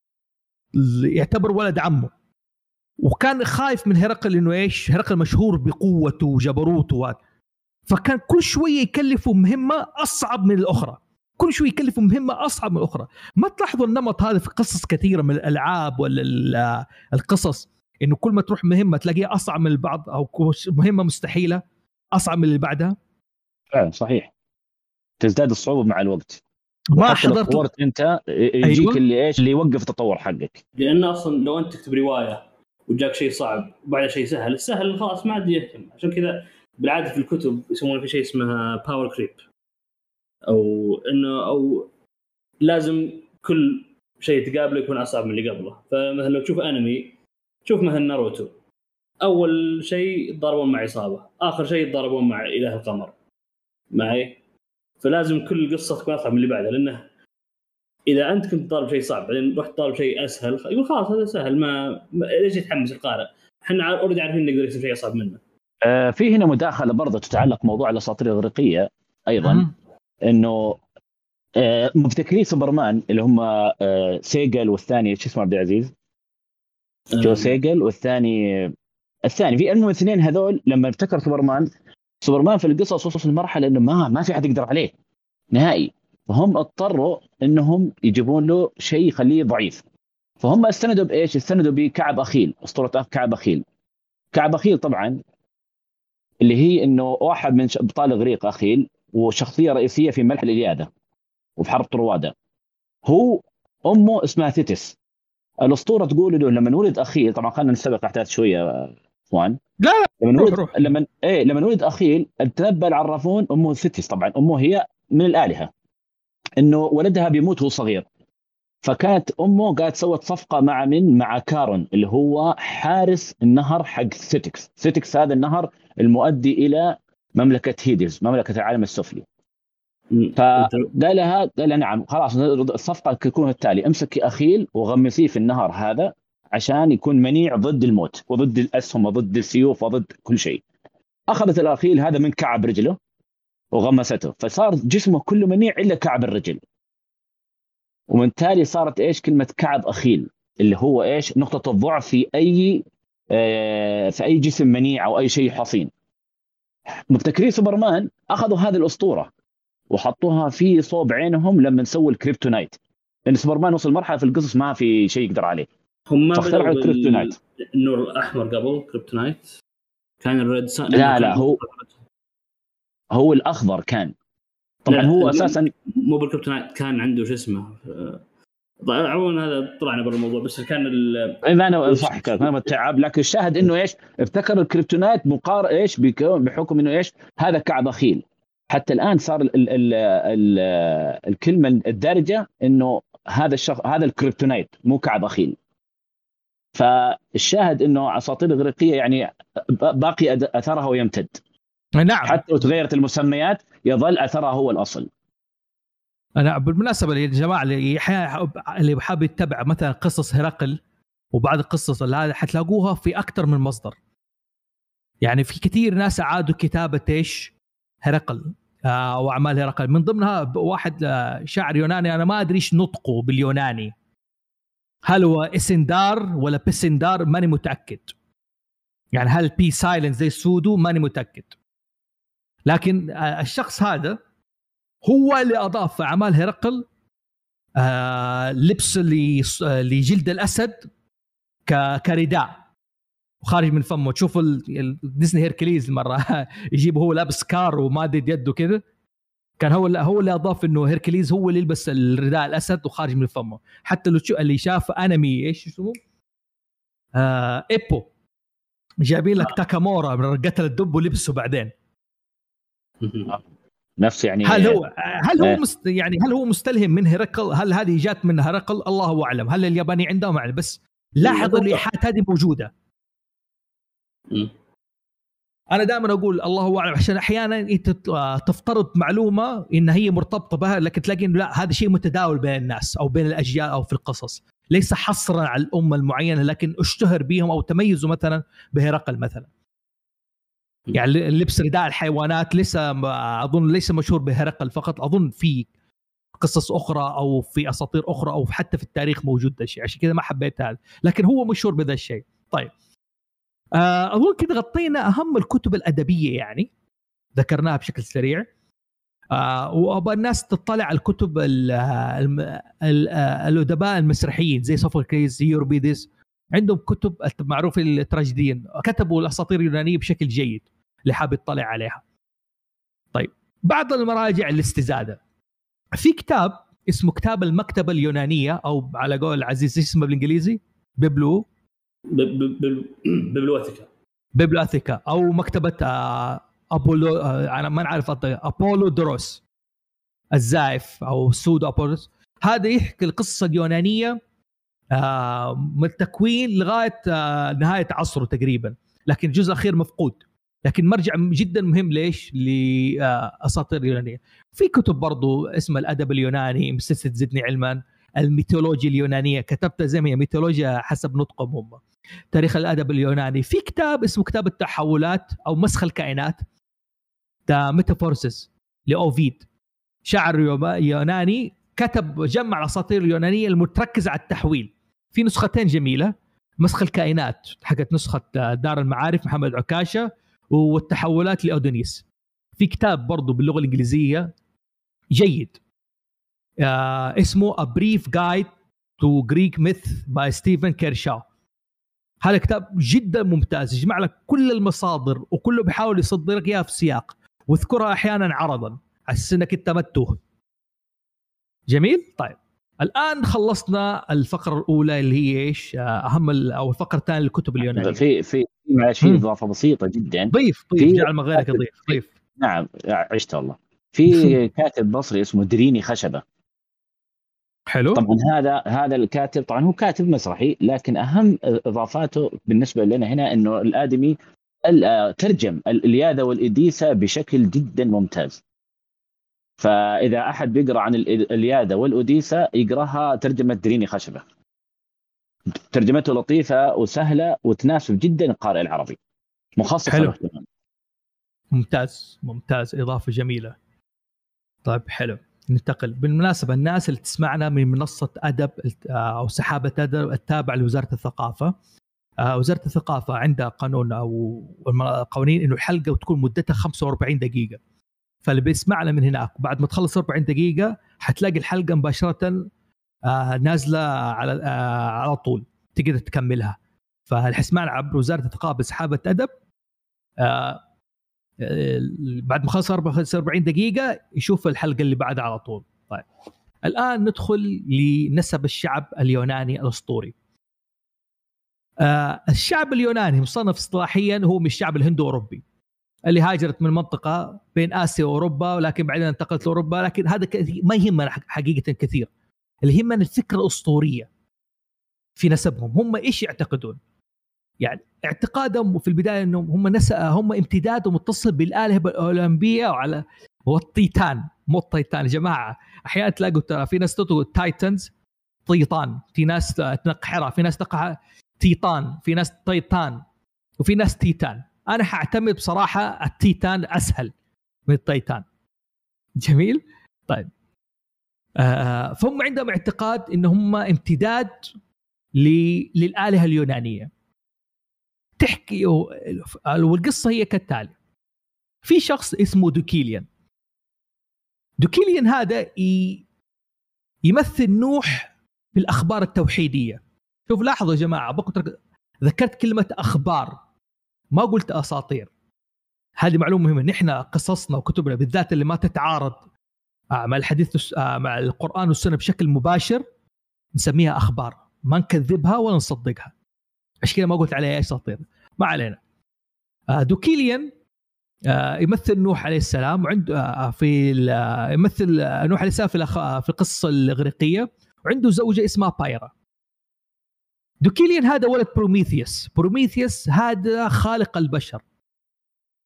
يعتبر ولد عمه، وكان خايف من هرقل انه ايش، هرقل مشهور بقوته وجبروته، فكان كل شويه يكلفه مهمه اصعب من الاخرى، كل شويه يكلفه مهمه اصعب من الاخرى. ما تلاحظوا النمط هذا في قصص كثيره من الالعاب ولا القصص، انه كل ما تروح مهمه تلاقيها اصعب من البعض، او مهمه مستحيله اصعب من اللي بعدها. فعلا صحيح، تزداد الصعوبه مع الوقت. ما حضرت تطورت انت يجيك أيوة. اللي ايش اللي يوقف التطور حقك، لان اصلا لو انت تكتب روايه وجاك شيء صعب وبعد شيء سهل، السهل خلاص ما عاد يهتم. عشان كذا بالعاده في الكتب يسمون في شيء اسمه باور كريب، او انه او لازم كل شيء تقابله يكون اصعب من اللي قبله. فمثلا لو تشوف انمي، شوف مثلا ناروتو، اول شيء يتضاربون مع عصابه، اخر شيء يتضاربون مع اله القمر معي، فلازم كل قصه تكون اصعب من اللي بعدها. لانه اذا انت كنت طالب شيء صعب بعدين رحت طالب شيء اسهل، يقول خلاص هذا سهل، ما ليش يتحمس القارئ؟ احنا اوريدي عارفين نقدر نسوي شيء اصعب منه. في هنا مداخله برضه تتعلق موضوع الاساطير الاغريقيه ايضا، انه مبتكري سوبرمان اللي هم سيجل والثاني شو اسمه عبد العزيز جو سيجل، والثاني في انهم الاثنين هذول لما ابتكر سوبرمان في القصص وصل المرحله انه ما في احد يقدر عليه نهائي، فهم اضطروا انهم يجيبون له شيء يخليه ضعيف. فهم استندوا بايش؟ استندوا بكعب اخيل، اسطوره كعب اخيل. كعب اخيل طبعا اللي هي انه واحد من ابطال اغريق اخيل، وشخصيه رئيسيه في ملح الإلياذة وفي حرب طروادة. هو امه اسمها ثيتس. الاسطوره تقول انه لما ولد اخيل، طبعا خلينا نسبق احداث شويه اخوان، لا لما ولد اخيل تنبأ العرافون امه ثيتس، طبعا امه هي من الالهه، انه ولدها بيموت وهو صغير. فكانت امه قاعد سوت صفقه مع كارون اللي هو حارس النهر حق ستيكس هذا النهر المؤدي الى مملكه هيدز، مملكه العالم السفلي. فقال لها نعم خلاص الصفقه تكون التالي، امسكي اخيل وغمسيه في النهر هذا عشان يكون منيع ضد الموت وضد الاسهم وضد السيوف وضد كل شيء. اخذت الاخيل هذا من كعب رجله وغمسته، فصار جسمه كله منيع الا كعب الرجل، ومن تالي صارت ايش كلمه كعب اخيل، اللي هو ايش نقطه الضعف في اي جسم منيع او اي شيء حصين. مبتكرين سوبرمان اخذوا هذه الاسطوره وحطوها في صوب عينهم لما سووا الكريبتونايت، لان سوبرمان وصل مرحله في القصص ما في شيء يقدر عليه. هم ما بدأوا الكريبتونايت النور الاحمر قبل كريبتونايت كان الريد لا هو الاخضر كان طبعا، هو اساسا مو بالكريبتونايت، كان عنده شو اسمه عموما هذا طلعنا برا الموضوع، بس كان انا صح كلام التعب. لكن الشاهد انه ايش ابتكر الكريبتونايت ايش بحكم انه ايش هذا كعب اخيل. حتى الان صار الكلمه الدارجه انه هذا الكريبتونايت مو كعب اخيل. فالشاهد انه اساطير اغريقيه يعني باقي اثرها ويمتد. نعم، حتى لو تغيرت المسميات يظل اثرها هو الاصل. انا بالمناسبه يا جماعه اللي حاب يتبع مثلا قصص هرقل وبعض القصص اللي هذه حتلاقوها في اكثر من مصدر. يعني في كثير ناس عادوا كتابه ايش هرقل واعمال هرقل، من ضمنها واحد شاعر يوناني انا ما ادري ايش نطقه باليوناني، هل هو اسندار ولا بيسندار ماني متاكد، يعني هل بي سايلنت زي السودو ماني متاكد. لكن الشخص هذا هو اللي أضاف في أعمال هرقل لبس لجلد الأسد كرداء وخارج من فمه. تشوف ديزني هيركليز مرة يجيب هو لابس كار ومادد يده كذا، كان هو اللي أضاف إنه هيركليز هو اللي يلبس الرداء الأسد وخارج من فمه. حتى لو اللي شاف أنمي إيش اسمه إيبو جايبين لك تاكامورا من قتل الدب ولبسه بعدين. نفس يعني هل هو مستلهم من هرقل؟ هل هذه جات من هرقل؟ الله اعلم. هل الياباني عندهم علم؟ بس لاحظ الايحاءات هذه موجوده. انا دائما اقول الله اعلم، عشان احيانا انت تفترض معلومه ان هي مرتبطه بها، لكن تلاقي انه لا، هذا شيء متداول بين الناس او بين الاجيال او في القصص، ليس حصرا على الامه المعينه، لكن اشتهر بهم او تميزوا مثلا بهرقل مثلا. يعني لبس رداء الحيوانات لسه اظن ليس مشهور بهرقل فقط، اظن في قصص اخرى او في اساطير اخرى او حتى في التاريخ موجود ده الشيء، عشان كذا ما حبيت هذا، لكن هو مشهور بهذا الشيء. طيب اظن كذا غطينا اهم الكتب الادبيه، يعني ذكرناها بشكل سريع. وابغى الناس تطلع على الكتب الادباء المسرحيين زي سوفوكليس، يوروبيدس، عندهم كتب معروف التراجيديين، كتبوا الاساطير اليونانيه بشكل جيد اللي حاب يطلع عليها. طيب بعض المراجع الاستزاده، في كتاب اسمه كتاب المكتبه اليونانيه، او على قول العزيز اسمه بالانجليزي بيبلوثيكا او مكتبه أبولو، أنا ما نعرف أبولو دروس الزائف أو سود أبولوس. هذا يحكي القصة اليونانية من التكوين لغاية نهاية عصره تقريبا، لكن الجزء الأخير مفقود، لكن مرجع جدا مهم ليش لأساطير اليونانية. في كتب برضو اسمها الأدب اليوناني، مسلسل زدني علما، الميثولوجيا اليونانية، كتبتها زي ما هي ميثولوجيا حسب نطقهم هم، تاريخ الأدب اليوناني. في كتاب اسمه كتاب التحولات أو مسخ الكائنات، ده ميتافورسيس لأوفيد، شاعر يوناني، كتب جمع الأساطير اليونانية المتركزة على التحويل. في نسختين جميلة، مسخ الكائنات حقت نسخة دار المعارف محمد عكاشة، والتحولات لأودونيس. في كتاب برضو باللغة الإنجليزية جيد اسمه A Brief Guide to Greek Myth by Stephen Kershaw. هذا كتاب جدا ممتاز، يجمع لك كل المصادر وكله بيحاول يصدر لك اياها في سياق، واذكرها احيانا عرضا على اساس انك انت متوه. جميل. طيب الان خلصنا الفقره الاولى اللي هي ايش اهم او الفقره الثانيه للكتب اليونانيه. في معلش اضافه بسيطه جدا. ضيف جعل ما غيرك ضيف. نعم عشت والله. في كاتب مصري اسمه دريني خشبه. حلو. طبعا هذا الكاتب طبعا هو كاتب مسرحي، لكن اهم اضافاته بالنسبه لنا هنا انه الادمي ترجم الإلياذة والإوديسا بشكل جدا ممتاز. فاذا احد بيقرا عن الإلياذة والأوديسا يقراها ترجمه دريني خشبه، ترجمته لطيفه وسهله وتناسب جدا القارئ العربي، مخصصه له. ممتاز اضافه جميله. طيب حلو، ننتقل. بالمناسبة الناس اللي تسمعنا من منصة أدب أو سحابة أدب التابعة لوزارة الثقافة، وزارة الثقافة عندها قانون أو قوانين إنه الحلقة تكون مدتها 45 دقيقة، فاللي بيسمعنا من هناك بعد ما تخلص 40 دقيقة حتلاقي الحلقة مباشرة نازلة على طول، تقدر تكملها. فالحسمان عبر وزارة الثقافة سحابة أدب بعد ما خلص 40 دقيقة يشوف الحلقة اللي بعدها على طول. طيب الآن ندخل لنسب الشعب اليوناني الأسطوري. الشعب اليوناني مصنف اصطلاحيا هو من الشعب الهندو-أوروبي اللي هاجرت من منطقة بين آسيا وأوروبا، ولكن بعدين انتقلت لأوروبا. لكن هذا ما يهمنا حقيقة كثير، اللي يهمنا الفكرة الأسطورية في نسبهم. هم إيش يعتقدون؟ يعني اعتقادهم في البداية أنهم هم امتداد ومتصل بالآلهة الأولمبية وعلى والتيتان. مو التيتان يا جماعة، أحيانا تلاقوا في ناس تطلقوا تايتنز طيطان، في ناس تنقحرة، في ناس تقع تيطان، في ناس طيطان، وفي ناس تيتان. أنا حاعتمد بصراحة التيتان أسهل من التيتان. جميل. طيب فهم عندهم اعتقاد إنهم امتداد للآلهة اليونانية. تحكي والقصة هي كالتالي. في شخص اسمه دوكيليان هذا يمثل نوح في الأخبار التوحيدية. شوف لاحظوا يا جماعة، ذكرت كلمة أخبار ما قلت أساطير. هذه معلومة مهمة. نحن قصصنا وكتبنا بالذات اللي ما تتعارض مع الحديث مع القرآن والسنة بشكل مباشر نسميها أخبار، ما نكذبها ولا نصدقها. عشان كده ما قلت عليها أساطير. ما علينا. دوكيليان يمثل نوح عليه السلام، وعنده يمثل نوح عليه السلام في القصة الإغريقية، وعنده زوجة اسمها بايرا. دوكيليان هذا ولد بروميثيوس هذا خالق البشر.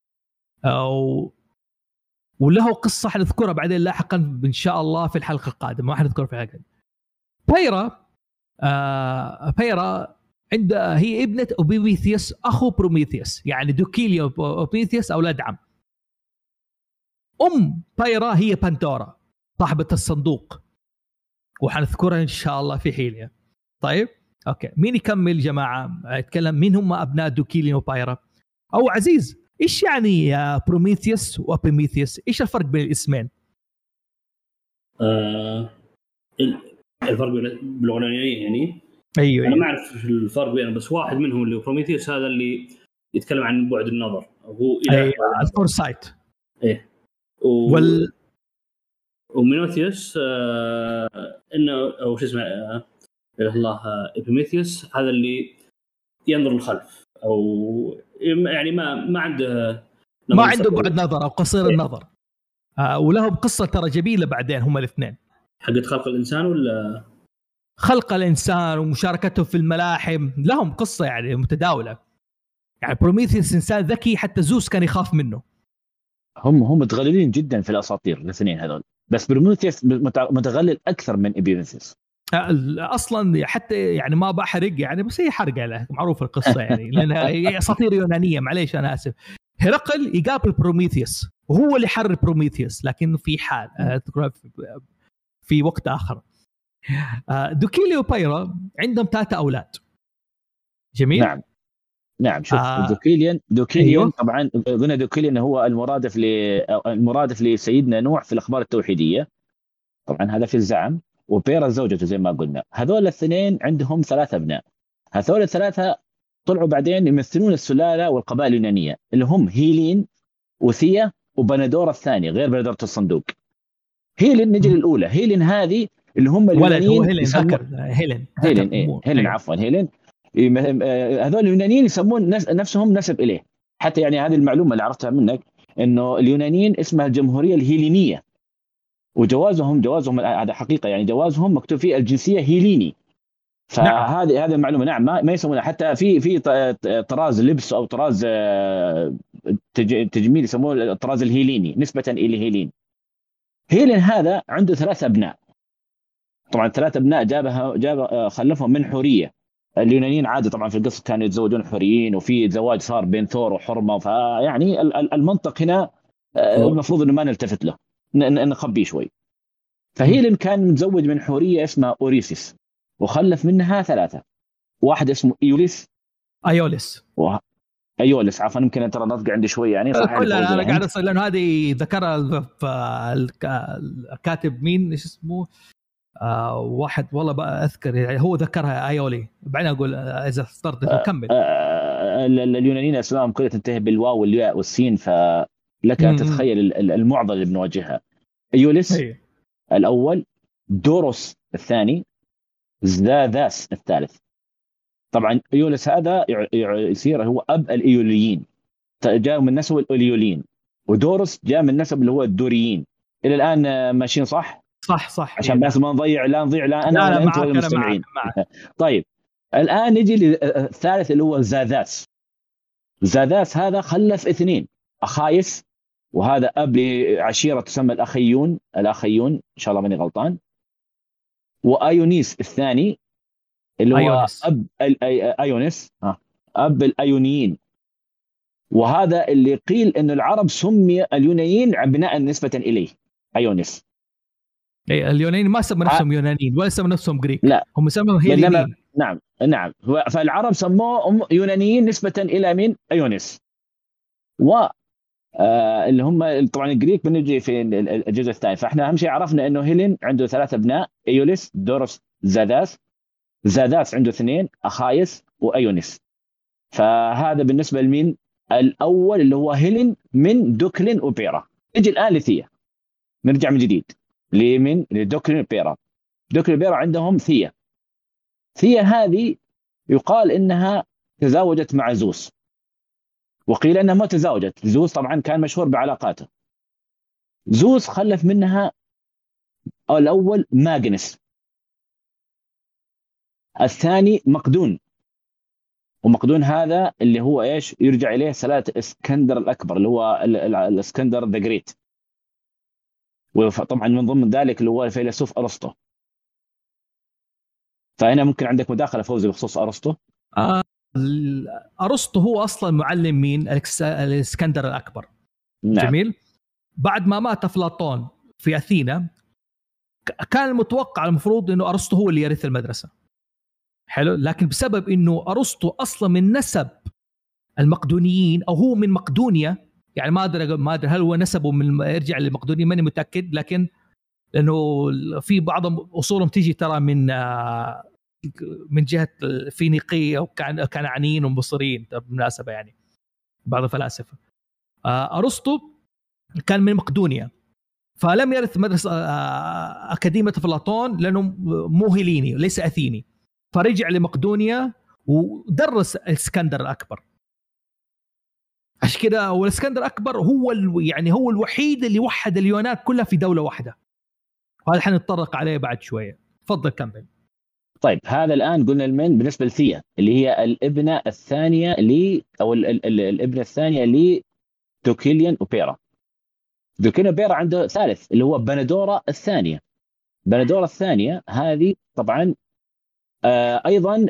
وله قصة حنذكرها بعدين لاحقا إن شاء الله في الحلقة القادمة، ما حنذكرها في الحلقة. بيرا عندها هي ابنة أوبيميثيوس أخو بروميثيوس، يعني دوكيليا وأوبيميثيوس أولاد عم. بيرا هي بانتورا صاحبة الصندوق، وحنذكرها إن شاء الله في حيلها. طيب أوكي، مين يكمل جماعة يتكلم مين هم أبناء دوكيليا وبيرا؟ أو عزيز إيش يعني بروميثيوس وأوبيميثيوس؟ إيش الفرق بين الاسمين؟ الفرق باللغة اليونانية يعني؟ أيوة أنا ما أعرف الفرق بينهم، بس واحد منهم اللي بروميثيوس هذا اللي يتكلم عن بعد النظر، هو إله الفورسايت. إيه. ومينوثيوس إنه أو شو اسمه الله إبيميثيوس هذا اللي ينظر للخلف، أو يعني ما عنده بعد نظر أو قصير النظر. ولهم قصة ترى جميلة بعدين هم الاثنين، حقت خلق الإنسان ولا خلق الإنسان ومشاركته في الملاحم، لهم قصة يعني متداولة. يعني بروميثيوس إنسان ذكي حتى زوس كان يخاف منه. هم متغللين جدا في الأساطير الاثنين هذول، بس بروميثيوس متغلل أكثر من إبيميثيوس اصلا. حتى يعني ما بحرق يعني، بس هي حرقه له معروف القصه يعني، لانها هي اساطير يونانيه. معليش انا اسف. هرقل يقابل بروميثيوس وهو اللي حرر بروميثيوس، لكن في حال في وقت اخر. دوكيليا وبيرا عندهم 3 اولاد. جميل. نعم شوف دوكيليان أيوه. طبعا قلنا دوكيليان هو المرادف لسيدنا نوح في الاخبار التوحيديه، طبعا هذا في الزعم. وبيرا زوجته زي ما قلنا. هذول الاثنين عندهم 3 أبناء. هذول ال3 طلعوا بعدين يمثلون السلالة والقبائل اليونانية اللي هم هيلين وثيا وبندورة الثاني غير بندورة الصندوق. هيلين نجي للأولى. هيلين هذه اللي هم اليونانيين. هيلين عفوا هيلين. هذول اليونانيين يسمون نفسهم نسب إليه. حتى يعني هذه المعلومة اللي عرفتها منك إنه اليونانيين اسمها الجمهورية الهيلينية، وجوازهم هذا حقيقة يعني جوازهم مكتوب فيه الجنسية هيليني. فهذه هذه المعلومة. نعم ما يسمونها حتى في طراز لبس أو طراز تجميل يسموه الطراز الهيليني نسبة إلى هيلين هذا عنده 3 أبناء. طبعا 3 أبناء جاب خلفهم من حورية. اليونانيين عادي طبعا في القصة كانوا يتزوجون حوريين، وفي زواج صار بين ثور وحرمة. فيعني المنطق هنا المفروض إنه ما نلتفت له، نخبيه شوي. فهيلين كان متزوج من حورية اسمها أوريسيس، وخلف منها 3. واحد اسمه ايوليس عفوا يمكن ترى نطق عندي شوي يعني صح. انا قاعد اصل لانه هذه ذكرها الكاتب مين ايش اسمه واحد والله بقى اذكر يعني هو ذكرها ايولي. بعدين اقول اذا اخترت اكمل. اليونانيين اسمائهم كلها تنتهي بالواو والياء والسين، فلك ان تتخيل المعضله اللي بنواجهها. ايوليس الاول، دوروس الثاني، زاداس الثالث. طبعا ايوليس هذا يصير هو اب الايوليين، جاء من نسب الايوليين. ودورس جاء من نسب اللي هو الدوريين. الى الان ماشيين صح عشان بس ما نضيع لا انا ولا انت ولا المستمعين. طيب الان نجي للثالث اللي هو زاداس هذا خلف 2 اخايس، وهذا اب لعشيره تسمى الاخيون ان شاء الله ماني غلطان. وايونيس الثاني اللي هو اب ايونيس اب الايونيين. وهذا اللي قيل انه العرب سمي اليونانيين بناء نسبه اليه ايونيس. اليونانيين ما سموا نفسهم يونانيين ولا سموا نفسهم غريك، لا هم سموهم هيلينيين. نعم فالعرب سموهم يونانيين نسبه الى من ايونيس. و اللي هم طبعا الجريك بنجي في الجزء الثاني. فاحنا اهم شيء عرفنا انه هيلين عنده 3 أبناء، ايوليس، دوروس، زاداس عنده 2 اخايس وايونيس. فهذا بالنسبه لمين الاول اللي هو هيلين من دوكلين وبيرا. نجي الان لثيا، نرجع من جديد لدوكلين وبيرا. دوكلين وبيرا عندهم ثيا هذه يقال انها تزاوجت مع زوس، وقيل انها ما تزاوجت. زوس طبعا كان مشهور بعلاقاته. زوس خلف منها الاول ماغنس، الثاني مقدون، ومقدون هذا اللي هو ايش يرجع اليه سلاله اسكندر الاكبر اللي هو الاسكندر ذا جريت. وطبعا من ضمن ذلك اللي هو الفيلسوف ارسطو. فهنا ممكن عندك مداخله فوزي بخصوص ارسطو. ارسطو هو اصلا معلم مين؟ الاسكندر الاكبر. نعم. جميل. بعد ما مات افلاطون في اثينا كان المتوقع المفروض انه ارسطو هو اللي يرث المدرسه. حلو. لكن بسبب انه ارسطو اصلا من نسب المقدونيين او هو من مقدونيا، يعني ما ادري هل هو نسبه من يرجع للمقدونيين، ماني متاكد، لكن لانه في بعض اصولهم تيجي ترى من جهه الفينيقيه وكنعانيين ومصريين بالمناسبه، يعني بعض الفلاسفه. ارسطو كان من مقدونيا، فلم يرث مدرسه اكاديميه افلاطون لانه مو هيليني ليس اثيني، فرجع لمقدونيا ودرس الاسكندر الاكبر. عشان كده والاسكندر الاكبر هو يعني هو الوحيد اللي وحد اليونان كلها في دوله واحده، وهذا حنتطرق عليه بعد شويه. تفضل كمل. طيب هذا الان قلنا المن بالنسبه لثيا اللي هي الابنه الثانيه او الابنه الثانيه لدوكيليان اوبيرا. دوكيليان اوبيرا عنده ثالث اللي هو بندورا الثانيه. بندورا الثانيه هذه طبعا ايضا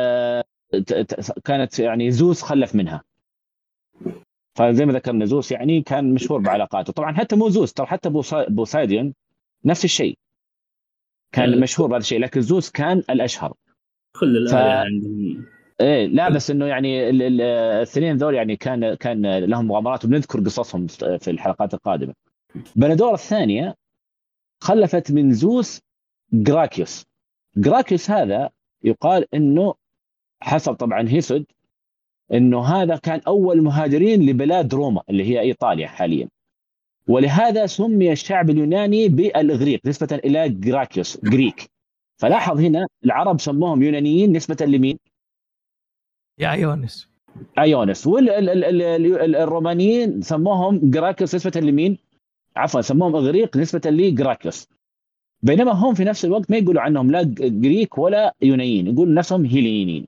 كانت يعني زوس خلف منها. فزي ما ذكرنا زوس يعني كان مشهور بعلاقاته. طبعا حتى مو زوس، ترى حتى بوسايديون نفس الشيء كان مشهور بهذا الشيء، لكن زوس كان الاشهر. كل الآلهة عندهم. ايه لا بس انه يعني الاثنين ذول يعني كان لهم مغامرات وبنذكر قصصهم في الحلقات القادمه. بندورا الثانيه خلفت من زوس جراكيوس. جراكيوس هذا يقال انه حسب طبعا هيسود انه هذا كان اول مهاجرين لبلاد روما اللي هي ايطاليا حاليا، ولهذا سمي الشعب اليوناني بالاغريق نسبه الى جراكيوس جريك. فلاحظ هنا العرب سموهم يونانيين نسبه لمين؟ يا ايونس. ايونس. والرومانيين سموهم جراكيوس نسبه لمين؟ عفوا سموهم اغريق نسبه لجراكيوس. بينما هم في نفس الوقت ما يقولوا عنهم لا جريك ولا يونانيين، يقولوا نفسهم هيلينيين.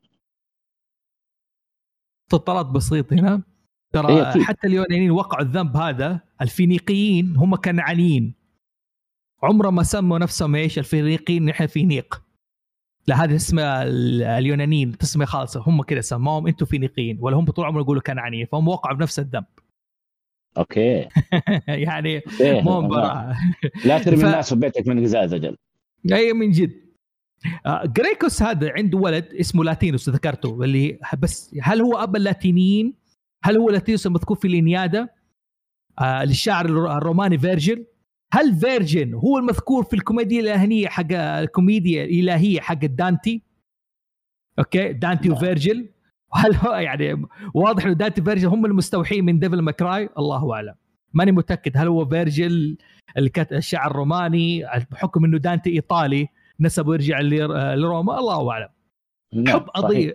تطلعت بسيط هنا ترى. حتى اليونانيين وقعوا الذنب هذا. الفينيقيين هم كنعانيين، عمره ما سموا نفسهم ايش الفينيقيين نحن فينيق، لا هذا اسم اليونانيين تسمية خالصة، هم كده سموهم انتم فينيقيين، ولا هم طول عمرهم يقولوا كنعانيين، فهم وقعوا بنفس الذنب. اوكي. يعني مو مباراة. لا ترمي الناس في بيتك من غزاز اجل. اي من جد. غريكوس هذا عنده ولد اسمه لاتينوس ذكرته، اللي بس هل هو اب اللاتينيين؟ هل هو لاتينوس المذكور في الإنيادة للشاعر الروماني فيرجل؟ هل فيرجن هو المذكور في الكوميديا الإلهية حق الكوميديا الإلهية حق دانتي؟ اوكي دانتي وفيرجل. وهل هو يعني واضح انه دانتي وفيرجل هم المستوحين من ديفل ماكراي؟ الله اعلم، ماني متاكد هل هو فيرجل اللي كتب الشعر الروماني بحكم انه دانتي ايطالي نسبه يرجع لروما، الله اعلم. حب اضيف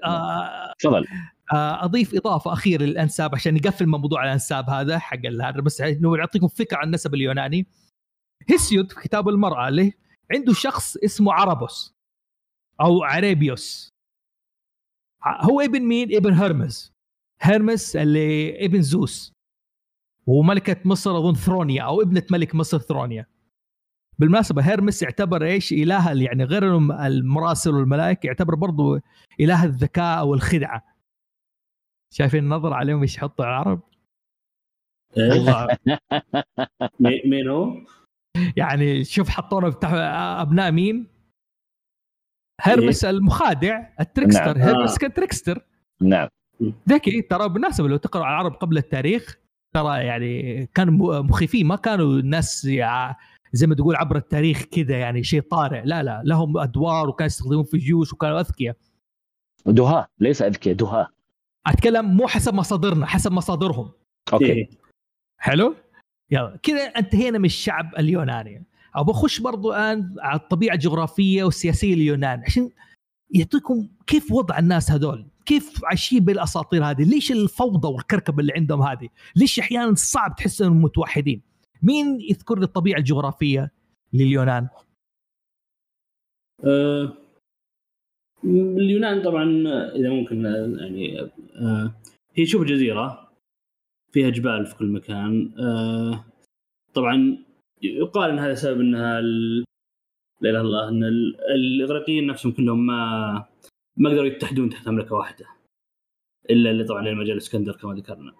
اضيف اضافه اخيره للانساب عشان نقفل موضوع الانساب هذا حق هذا، بس انه يعطيكم فكره عن النسب اليوناني. هيسيود في كتاب المرأة له عنده شخص اسمه عربوس او عريبيوس. هو ابن مين؟ ابن هرمس اللي ابن زوس وملكة مصر اظن ثرونيا، او ابنة ملك مصر ثرونيا. بالمناسبة هرمس يعتبر ايش اله، يعني غير المراسل والملائكة يعتبر برضو اله الذكاء والخدعة. شايفين النظر عليهم ايش يحطوا العرب؟ الله. مين هو؟ يعني شوف حطونا بتاع ابناء مين؟ هرمس المخادع التريكستر. نعم. هرمس كان تريكستر. نعم. ذكي ترى. بالمناسبة لو تقرأ على العرب قبل التاريخ ترى يعني كانوا مخيفين، ما كانوا الناس زي ما تقول عبر التاريخ كذا يعني شيء طارئ، لا لهم أدوار وكانوا يستخدمون في الجيوش وكانوا أذكياء. دهاء ليس أذكياء، دهاء. أتكلم مو حسب مصادرنا، حسب مصادرهم. أوكي حلو. يلا كذا انتهينا من الشعب اليوناني. أو بخش برضو الآن على الطبيعة الجغرافية والسياسية اليونان عشان يعطيكم كيف وضع الناس هذول، كيف عايشين بالأساطير هذه، ليش الفوضى والكركبة اللي عندهم هذه، ليش أحيانا صعب تحس أنهم متوحدين. مين يذكر لي الطبيعة الجغرافية لليونان؟ اليونان طبعا اذا ممكن يعني هي شبه جزيره فيها جبال في كل مكان. طبعا يقال ان هذا سبب انها لا اله الا الله ان الاغريقيين نفسهم كلهم ما قدروا يتحدون تحت مملكه واحده الا اللي طبعا المجال الاسكندر كما ذكرنا.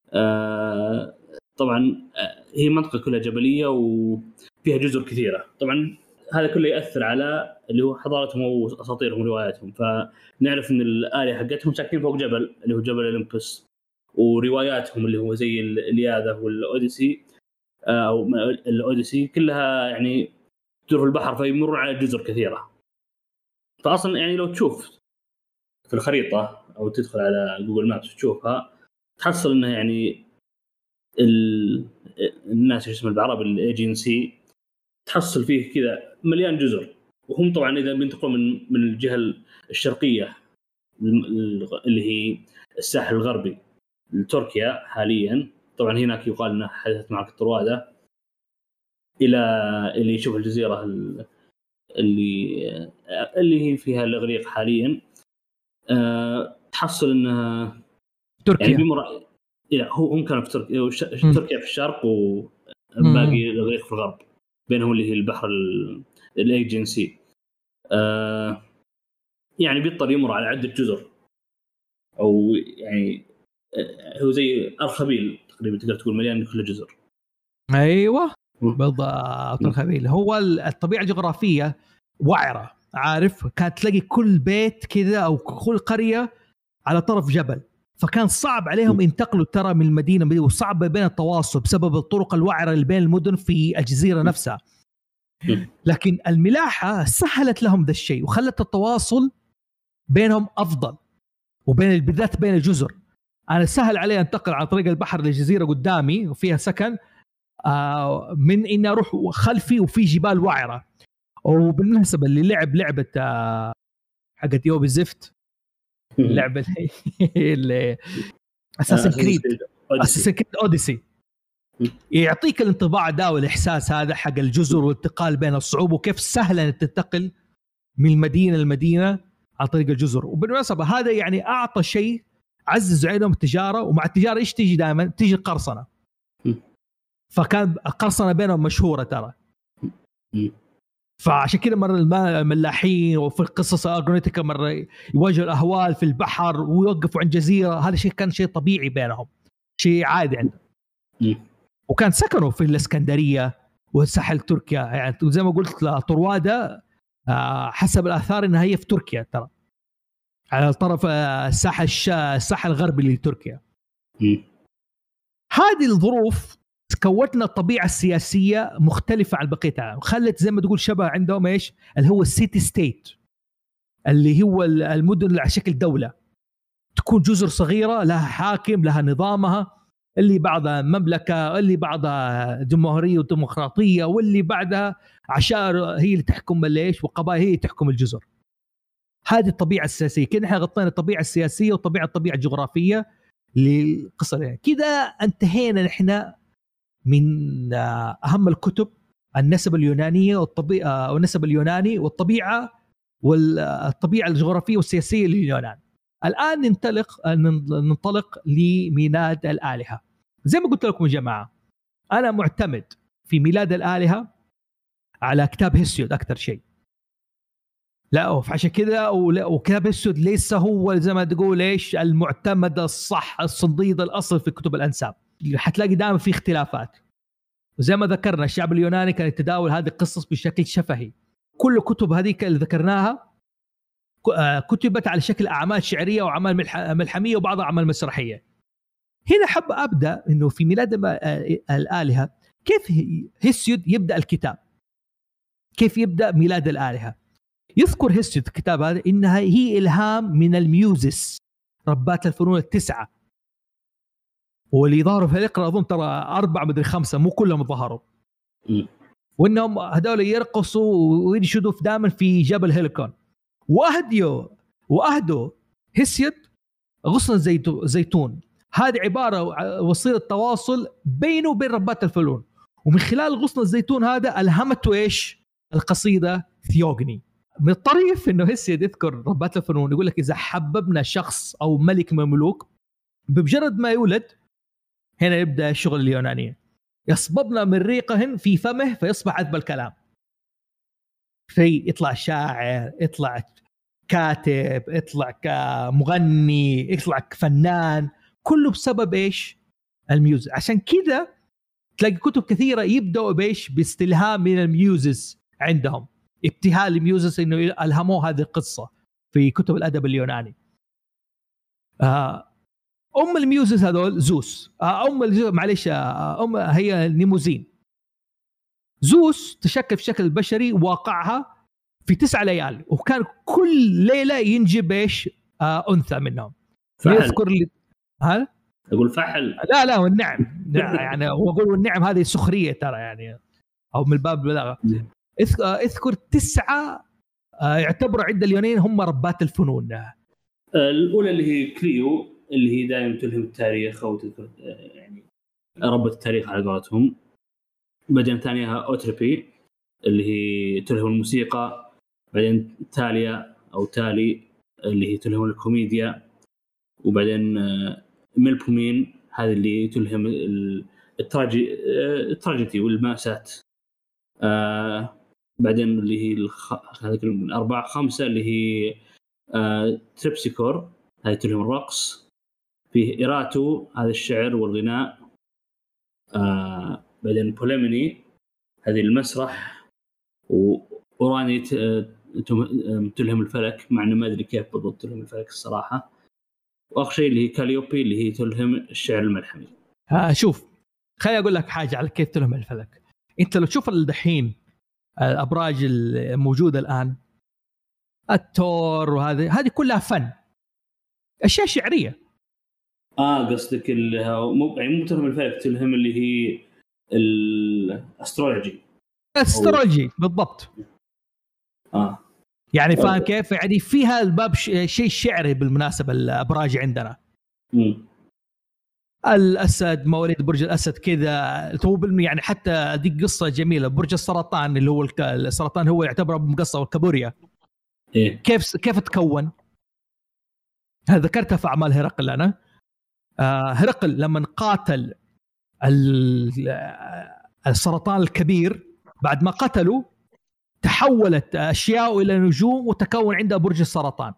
طبعا هي منطقه كلها جبليه وفيها جزر كثيره. طبعا هذا كله ياثر على اللي هو حضارتهم واساطيرهم ورواياتهم. فنعرف ان الآلهة حقتهم ساكنين فوق جبل اللي هو جبل اولمبس، ورواياتهم اللي هو زي الإلياذة والأوديسي او الأوديسي كلها يعني تدور في البحر، فيمرون على جزر كثيره. فاصلا يعني لو تشوف في الخريطه او تدخل على جوجل مابس تشوفها تحصل انها يعني الناس اسمه بالعربي الايجنسي تحصل فيه كذا مليان جزر. وهم طبعا اذا بينتقلوا من الجهه الشرقيه اللي هي الساحل الغربي لتركيا حاليا، طبعا هناك يقال انها حدثت معركه طروادة، الى اللي يشوف الجزيره اللي هي فيها الاغريق حاليا، تحصل انها تركيا يعني لا هم كانوا في تركيا في الشرق وباقي الاغريق في الغرب، بينهم اللي هي البحر الايجنسي. يعني بيضطر يمر على عده جزر، او يعني هو زي أرخبيل تقريبا تقدر تقول مليان من كل جزر. ايوه بالضبط. الخبيل هو الطبيعه الجغرافيه وعره، عارف، كانت تلاقي كل بيت كذا او كل قريه على طرف جبل، فكان صعب عليهم ينتقلوا ترى من المدينه، وصعب بين التواصل بسبب الطرق الوعره اللي بين المدن في الجزيره نفسها. لكن الملاحه سهلت لهم ذا الشيء وخلت التواصل بينهم افضل، وبين بالذات بين الجزر. انا سهل علي انتقل عن طريق البحر لجزيره قدامي وفيها سكن من اني اروح خلفي وفي جبال وعره. وبالمناسبه اللي لعب لعبه حقت يوبي زفت، لعبه اللي اساسن كريد اوديسي، يعطيك الانطباع ده والاحساس هذا حق الجزر والانتقال بين الصعوبه وكيف سهل ان تنتقل من المدينه للمدينه عن طريق الجزر. وبالمناسبه هذا يعني اعطى شيء عزز عليهم التجاره، ومع التجاره ايش تيجي دائما؟ تيجي القرصنه. فكان القرصنه بينهم مشهوره ترى. فعشان كده مره الملاحين وفي القصص الارجونيتيكا مره يواجهوا الاهوال في البحر ويوقفوا عند جزيره، هذا شيء كان شيء طبيعي بينهم، شيء عادي عندهم. وكان سكنوا في الاسكندريه وساحل تركيا، يعني زي ما قلت طروادة حسب الاثار انها هي في تركيا ترى، على طرف الساحل الغربي لتركيا. هذه الظروف كونتنا الطبيعة السياسية مختلفة عن بقية العالم، خلت زي ما تقول شبه عندهم ايش اللي هو السيتي ستيت، اللي هو المدن على شكل دولة، تكون جزر صغيرة لها حاكم لها نظامها، اللي بعضها مملكة، اللي بعضها جمهورية وديمقراطية، واللي بعدها عشائر هي اللي تحكم ليش، وقبائل هي اللي تحكم الجزر. هذه الطبيعة السياسية. كنا احنا غطينا الطبيعة السياسية والطبيعة الجغرافية للقصة يعني. كده انتهينا نحن من أهم الكتب، النسب اليونانية والنسب اليوناني والطبيعة الجغرافية والسياسية لليونان. الآن ننطلق لميلاد الآلهة. زي ما قلت لكم يا جماعة، أنا معتمد في ميلاد الآلهة على كتاب هيسيود أكثر شيء. لا فعشان كذا وكتاب هيسيود ليس هو زي ما تقول إيش المعتمد الصح الصنديد الأصل في كتب الأنساب، حتلاقي دائما في اختلافات. وزي ما ذكرنا الشعب اليوناني كان يتداول هذه القصص بشكل شفهي. كل كتب هذه اللي ذكرناها كتبت على شكل أعمال شعرية وأعمال ملحمية وبعضها أعمال مسرحية. هنا حب أبدأ إنه في ميلاد الآلهة كيف هيسيود يبدأ الكتاب، كيف يبدأ ميلاد الآلهة. يذكر هيسيود الكتاب هذا إنها هي إلهام من الميوزس، ربات الفنون التسعة، واللي ظهروا في الإقرأ أظن ترى 4 مدري 5 مو كلهم ظهروا، وإنهم هذول يرقصوا وينشدوا دائما في جبل هيليكون. وأهدوا هيسيود غصن زيتون، هذه عبارة وسيلة تواصل بينه وبين ربات الفنون، ومن خلال غصن الزيتون هذا ألهمته إيش القصيدة ثيوغني من الطريف انه هسيد يذكر ربات الفنون يقول لك اذا حببنا شخص او ملك من الملوك بمجرد ما يولد هنا يبدا الشغل اليوناني، يصببنا من ريقهن في فمه فيصبح عذب الكلام، في يطلع شاعر، يطلع كاتب، يطلع كمغني، يطلع كفنان، كله بسبب ايش؟ الميوزك. عشان كذا تلاقي كتب كثيره يبداوا بايش؟ باستلهام من الميوزز عندهم، ابتهال الميوزز انه الهموا هذه القصه في كتب الادب اليوناني. ام الميوزز هذول زوس، معلش هي نيموزين. زوس تشكل في شكل بشري، واقعها في 9 ليال، وكان كل ليله ينجب ايش؟ انثى منهم. يذكر لي ها اقول فحل، لا والنعم يعني واقول والنعم هذه سخريه ترى يعني، او من الباب البلاغه. اذكر 9 يعتبروا عند اليونانيين هم ربات الفنون. الاولى اللي هي كليو، اللي هي دائما تلهم التاريخ او تذكر يعني ربة التاريخ على قولتهم. بعدين ثانيها اوتريبي اللي هي تلهم الموسيقى. بعدين تاليا او تالي اللي هي تلهم الكوميديا. وبعدين ميلبومين هذه اللي تلهم التراجيدي والمأساة. بعدين اللي هي هذه من 4 5 اللي هي تريبسيكور هذه تلهم الرقص. فيه إيراتو هذا الشعر والغناء. بعدين بوليميني هذه المسرح. وأوراني تلهم الفلك، مع أنه ما أدري كيف بالضبط تلهم الفلك الصراحة. وآخر شيء اللي هي كاليوبي اللي هي تلهم الشعر الملحمي. شوف خليني أقول لك حاجة على كيف تلهم الفلك. أنت لو تشوف الدحين الأبراج الموجودة الآن، التور وهذه كلها فن، أشياء شعرية. قصدك مو تلهم الفلك، تلهم اللي هي الاسترولوجي بالضبط. يعني فاهم كيف؟ يعني فيها الباب شيء شعري بالمناسبة. الأبراج عندنا الأسد، مواليد برج الأسد كذا، يعني حتى دي قصة جميلة. برج السرطان اللي هو السرطان هو يعتبر مقصة والكابوريا. كيف تكون؟ هذا ذكرتها في أعمال هرقل. أنا هرقل لما قاتل السرطان الكبير، بعد ما قتلوا تحولت أشياء إلى نجوم وتكون عندها برج السرطان.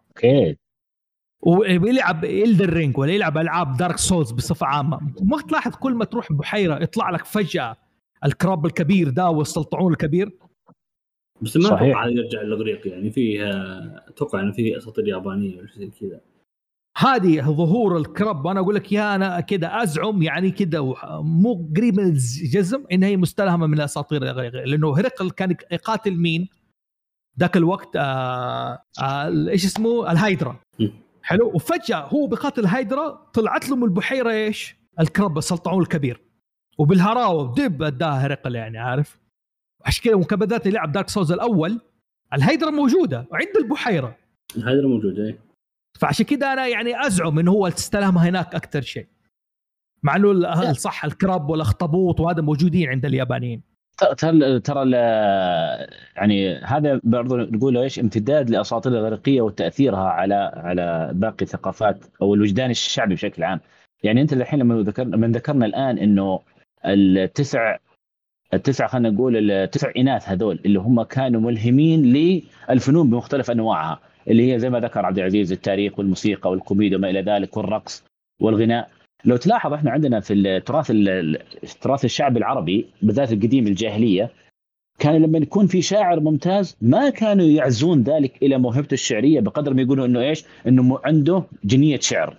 ويلعب إلدر رينج ولا يلعب ألعاب دارك سولز بصفة عامة، ما تلاحظ كل ما تروح بحيرة يطلع لك فجأة الكراب الكبير ده والسلطعون الكبير. بس ما أتوقع يرجع للإغريق، يعني فيه أتوقع أنه فيه أساطير يابانية ولا شيء كذا. هذه ظهور الكرب، وانا اقول لك يا انا كده ازعم يعني كده مو قريب من الجزم ان هي مستلهمه من الاساطير الاغريقيه، لانه هرقل كان يقاتل مين ذاك الوقت؟ ايش اسمه؟ الهايدرا. حلو. وفجاه هو بقاتل الهايدرا طلعت له من البحيره ايش؟ الكرب السلطعون الكبير، وبالهراوه دب اداها هرقل، يعني عارف. عشان كده مكبدات يلعب دارك سولز الاول الهايدرا موجوده وعند البحيره، الهايدرا موجوده. فعشان كده أنا يعني أزعم إنه هو استلهمها هناك أكتر شيء، مع إنه صح الكراب والأخطبوط وهذا موجودين عند اليابانيين. ترى يعني هذا برضو نقوله إيش امتداد لأساطير الإغريقية وتأثيرها على باقي الثقافات أو الوجدان الشعبي بشكل عام. يعني أنت الحين لما ذكرنا الآن إنه التسع خلينا نقول التسع إناث هذول اللي هم كانوا ملهمين للفنون بمختلف أنواعها، اللي هي زي ما ذكر عبد العزيز التاريخ والموسيقى والكوميديا وما إلى ذلك والرقص والغناء. لو تلاحظ احنا عندنا في التراث الشعبي العربي بالذات القديم الجاهلية، كان لما يكون في شاعر ممتاز ما كانوا يعزون ذلك إلى موهبته الشعرية بقدر ما يقولوا إنه إيش؟ إنه عنده جنية شعر.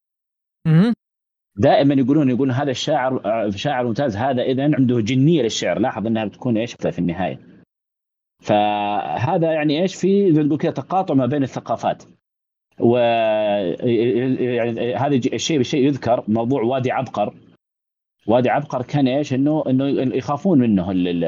دائما يقولون هذا شاعر ممتاز، هذا إذن عنده جنية للشعر. لاحظ أنها بتكون إيش في النهاية. فهذا يعني إيش في زي نقول كده تقاطع ما بين الثقافات. يعني هذا الشيء يذكر موضوع وادي عبقر كان إيش إنه يخافون منه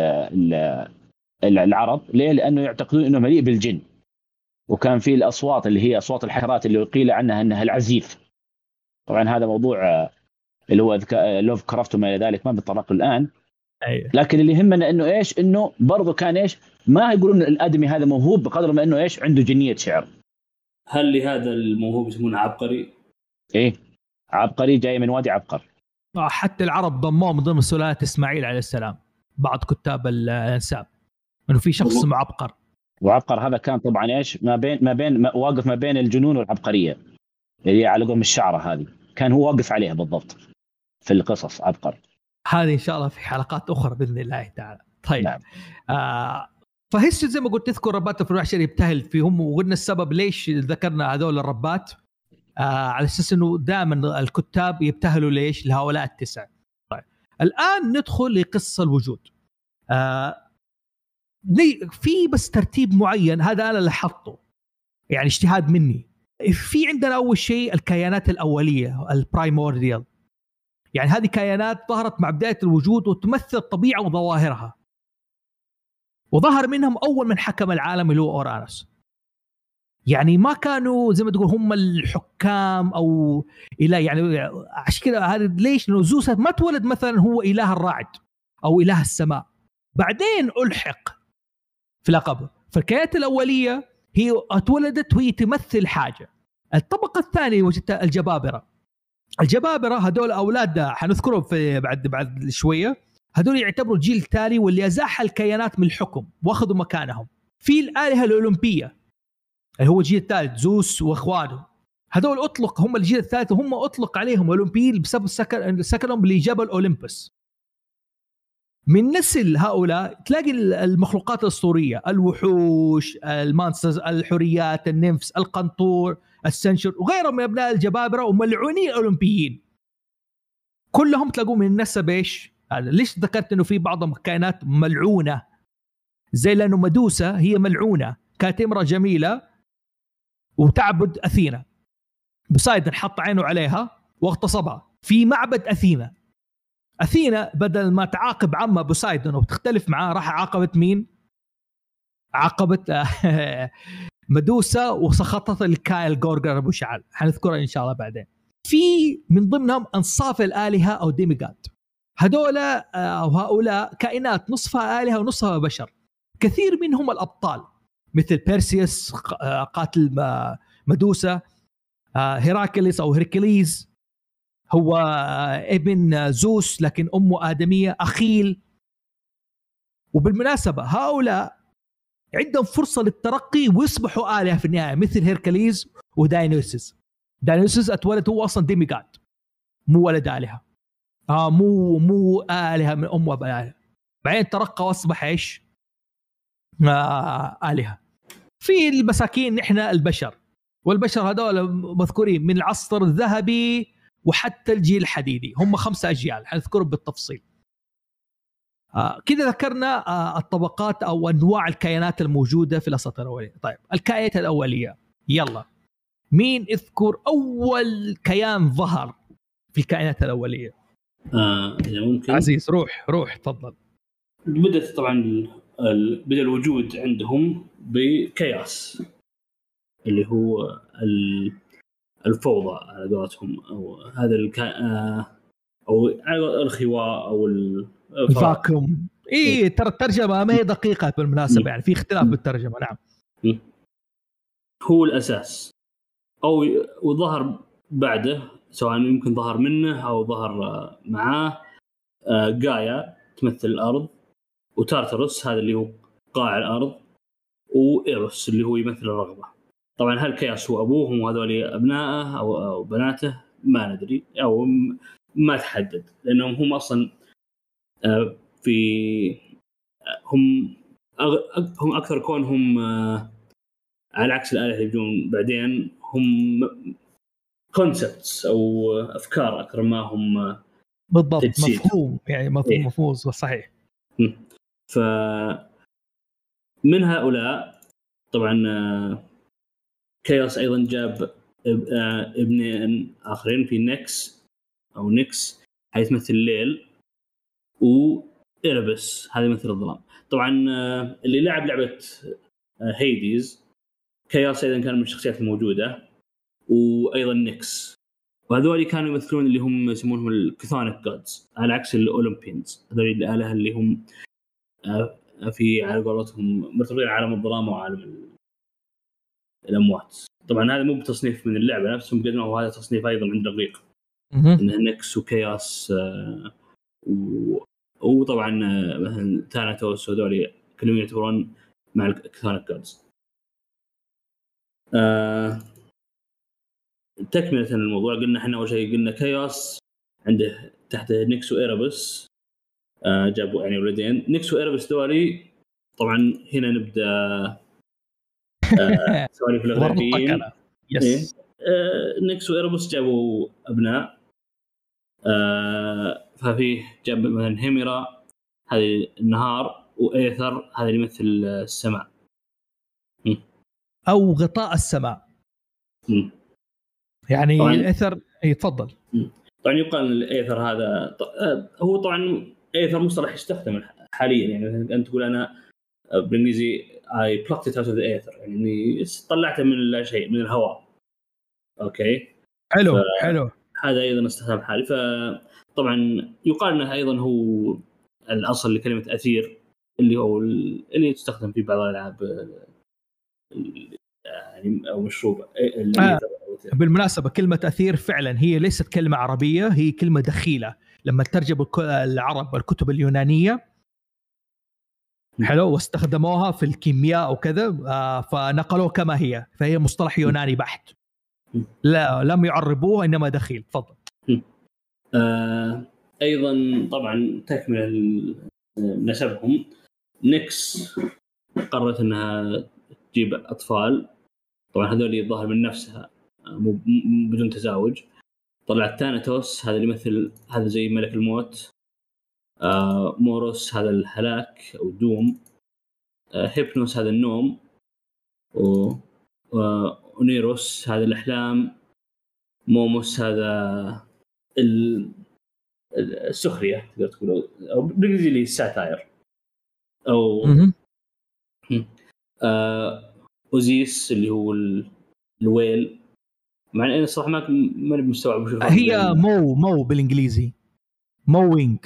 العرب. ليه؟ لأنه يعتقدون إنه مليء بالجن، وكان فيه الأصوات اللي هي أصوات الحشرات اللي قيل عنها أنها العزيف. طبعا هذا موضوع اللي هو لوف كرافت وما إلى ذلك، ما بنتطرق الآن. أيوة. لكن اللي يهمنا إنه إيش؟ إنه برضو كان إيش ما يقولون الادمي هذا موهوب بقدر ما انه ايش عنده جنيه شعر. هل لهذا الموهوب يسمونه عبقري؟ ايه عبقري جاي من وادي عبقر. حتى العرب ضموه من ضمن سلالة اسماعيل عليه السلام بعض كتاب الانساب انه في شخص اسمه عبقر. وعبقر هذا كان طبعا ايش واقف ما بين الجنون والعبقريه اللي على قولهم الشعره هذه، كان هو واقف عليها بالضبط في القصص عبقر. هذه ان شاء الله في حلقات اخرى باذن الله تعالى. طيب نعم. فهيستو زي ما قلت تذكر ربات في الوحش يبتهل فيهم، وقلنا السبب ليش ذكرنا هذول الربات على اساس انه دائما الكتاب يبتهلوا ليش لهؤلاء التسعه. طيب الان ندخل لقصه الوجود. في بس ترتيب معين هذا انا لاحظته يعني اجتهاد مني. في عندنا اول شيء الكيانات الاوليه البرايمورديال، يعني هذه كيانات ظهرت مع بدايه الوجود وتمثل الطبيعه وظواهرها، وظهر منهم اول من حكم العالم اللي هو اورانوس. يعني ما كانوا زي ما تقول هم الحكام او اله، يعني عشان كذا هذا ليش لأنه زوس ما تولد مثلا هو اله الرعد او اله السماء، بعدين الحق في لقبه. فالكيانات الاوليه هي اتولدت وهي تمثل حاجه. الطبقه الثانيه وجدتها الجبابره. الجبابره هذول اولاد حنذكرهم في بعد شويه، هذول يعتبروا الجيل التالي واللي ازاح الكيانات من الحكم واخذوا مكانهم. في الالهه الاولمبيه اللي هو الجيل الثالث زوس واخوانه، هذول اطلق هم الجيل الثالث وهم اطلق عليهم اولمبيين بسبب سكنهم لجبل اولمبس. من نسل هؤلاء تلاقي المخلوقات الاسطوريه، الوحوش، المانسترز، الحوريات، النمفس، القنطور، السنشر وغيرهم من ابناء الجبابره وملعونين الاولمبيين، كلهم تلاقوا من نسب ايش. ليش ذكرت انه في بعضهم كائنات ملعونه زي لانه مدوسه هي ملعونه، كانت امراه جميله وتعبد اثينا. بوسايدن حط عينه عليها واغتصبها في معبد اثينا. اثينا بدل ما تعاقب عمها بوسايدن وبتختلف معاه راح عاقبت مين؟ عاقبت مدوسة وسخطت الكائن جورجر ابو شعل، حنذكرها ان شاء الله بعدين. في من ضمنهم انصاف الالهه او ديميغاد، هذول او هؤلاء كائنات نصفها الهه ونصفها بشر. كثير منهم الابطال مثل بيرسيوس قاتل مدوسة، هيراكليس او هيركليز هو ابن زوس لكن امه ادميه، اخيل. وبالمناسبه هؤلاء عندهم فرصه للترقي ويصبحوا الهه في النهايه مثل هيركليز وداينوسوس. داينوسوس اتولد هو اصلا ديميغاد مو ولد الهه، مو الهه من امه بالهه، بعدين ترقى واصبح ايش؟ الهه. في المساكين نحن البشر، والبشر هذول مذكورين من العصر الذهبي وحتى الجيل الحديدي، هم 5 أجيال حنذكرهم بالتفصيل. كذا ذكرنا الطبقات أو أنواع الكائنات الموجودة في الأساطير الأولية. طيب الكائنات الأولية، يلا مين اذكر أول كيان ظهر في الكائنات الأولية؟ ممكن عزيز روح تفضل. بدأت طبعا بدأ الوجود عندهم بكياس اللي هو الفوضى على قولتهم، او هذا او الخواء او الفاكوم. ترى الترجمه ما هي دقيقه بالمناسبه، يعني في اختلاف بالترجمه. نعم هو الاساس، او وظهر بعده سواء يمكن ظهر منه او ظهر معاه غايا تمثل الارض، وتارتروس هذا اللي هو قاع الارض، وإيروس اللي هو يمثل الرغبه. طبعا هل كياس هو ابوهم وهذول ابنائه او بناته ما ندري او ما تحدد، لانهم هم اصلا في هم اكثر كونهم على عكس الآلهة اللي يجون بعدين هم كونسبتس او افكار اكثر ما هم بالضبط تجسيد. مفهوم يعني مفهوم صحيح. ف من هؤلاء طبعا كياس ايضا جاب ابنين اخرين، في نيكس هاي تمثل الليل، وإيربس هذا يمثل الظلام. طبعا اللي لعب لعبة هيديز كياس ايضا كان من الشخصيات الموجودة، وايضا نيكس، وهذول كانوا يمثلون اللي هم يسمونهم الكثونيك جودز على عكس الاولمبينز، هذول الآلهة اللي هم في على قولتهم مرتبطين عالم الظلام وعالم الاموات. طبعا هذا مو بتصنيف من اللعبه نفسهم قد ما هو هذا تصنيف ايضا عند الرقيق انه نكس وكياس وطبعا مثلا ثاناتوس وهذول كلهم يعتبرون مع الكثونيك جودز. تكملة الموضوع قلنا احنا اول شيء قلنا كياس عنده تحت نكس وإيرابس، جابوا يعني ولدين نكس وإيرابس دولي. طبعا هنا نبدا سوالف الغربيين. يس. نكس وإيرابس جابوا ابناء، ففيه جاب مثلا هيميرا هذه النهار، وإيثر هذا اللي يمثل السماء او غطاء السماء. يعني الإيثر يتفضل. طبعا يقال الإيثر هذا هو طبعا إيثر مصطلح يستخدم حاليا، يعني أنت تقول أنا بالإنجليزي I plucked it out of the ether، يعني طلعته من لا شيء، من الهواء. أوكي حلو حلو. هذا أيضا استخدام حالي. فطبعا يقال أنه أيضا هو الأصل لكلمة أثير اللي هو اللي تستخدم في بعض الألعاب يعني أو مشروب. بالمناسبة كلمة أثير فعلا هي ليست كلمة عربية، هي كلمة دخيلة لما ترجموا العرب والكتب اليونانية حلو واستخدموها في الكيمياء وكذا، فنقلوه كما هي، فهي مصطلح يوناني بحت، لا لم يعربوه إنما دخيل. تفضل. أيضا طبعا تكمل نسبهم، نكس قررت أنها تجيب أطفال، طبعا هذول الظاهر من نفسها بدون تزاوج. طلعت ثاناتوس هذا اللي يمثل هذا زي ملك الموت، موروس هذا الهلاك أو الدوم، هيبنوس هذا النوم، ونيروس هذا الأحلام، موموس هذا السخرية تقدر تقول، أو بالإنجليزي اللي الساتاير، أو أوزيس اللي هو الويل. مع ان انا صراحه ما مستوعب وش هي مو بالانجليزي موينج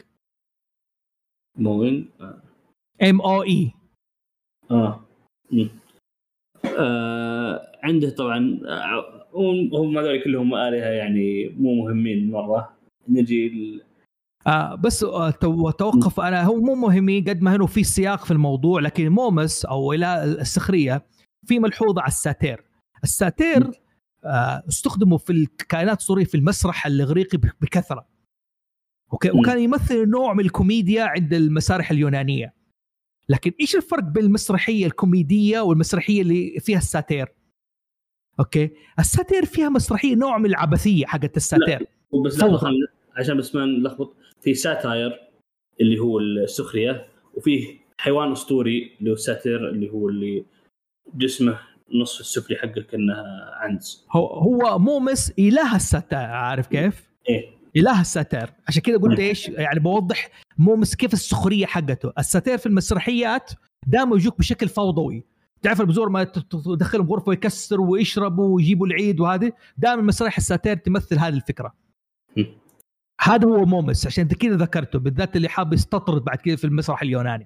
MOE. عنده طبعا هم هذول كلهم آلهة يعني مو مهمين مرة. نجي بس توقف أنا، هو مو مهمين قد ما هنو في سياق في الموضوع، لكن مومس أو إلى السخرية في ملحوظة على الساتير استخدموا في الكائنات الصورية في المسرح الإغريقي بكثرة، وكان يمثل نوع من الكوميديا عند المسارح اليونانية. لكن إيش الفرق بين المسرحية الكوميدية والمسرحية اللي فيها الساتير؟ أوكي، الساتير فيها مسرحية نوع من العبثية حقت الساتير. بس عشان بس ما نلخبط، في ساتاير اللي هو السخرية، وفيه حيوان أسطوري اللي هو الساتير اللي هو اللي جسمه نصف السفلي حقه كأنه عنز. هو مومس إله الساتير، عارف كيف؟ إيه إله الساتير. عشان كده قلت إيش يعني بوضح مومس كيف السخرية حقته. الساتير في المسرحيات دائما يجوك بشكل فوضوي، تعرف البزور ما تدخلهم غرفة ويكسروا ويشربوا ويجيبوا العيد، وهذه دائما مسرح الساتير تمثل هذه الفكرة. هذا هو مومس، عشان كذا ذكرته بالذات اللي حاب يستطرد بعد كذا في المسرح اليوناني.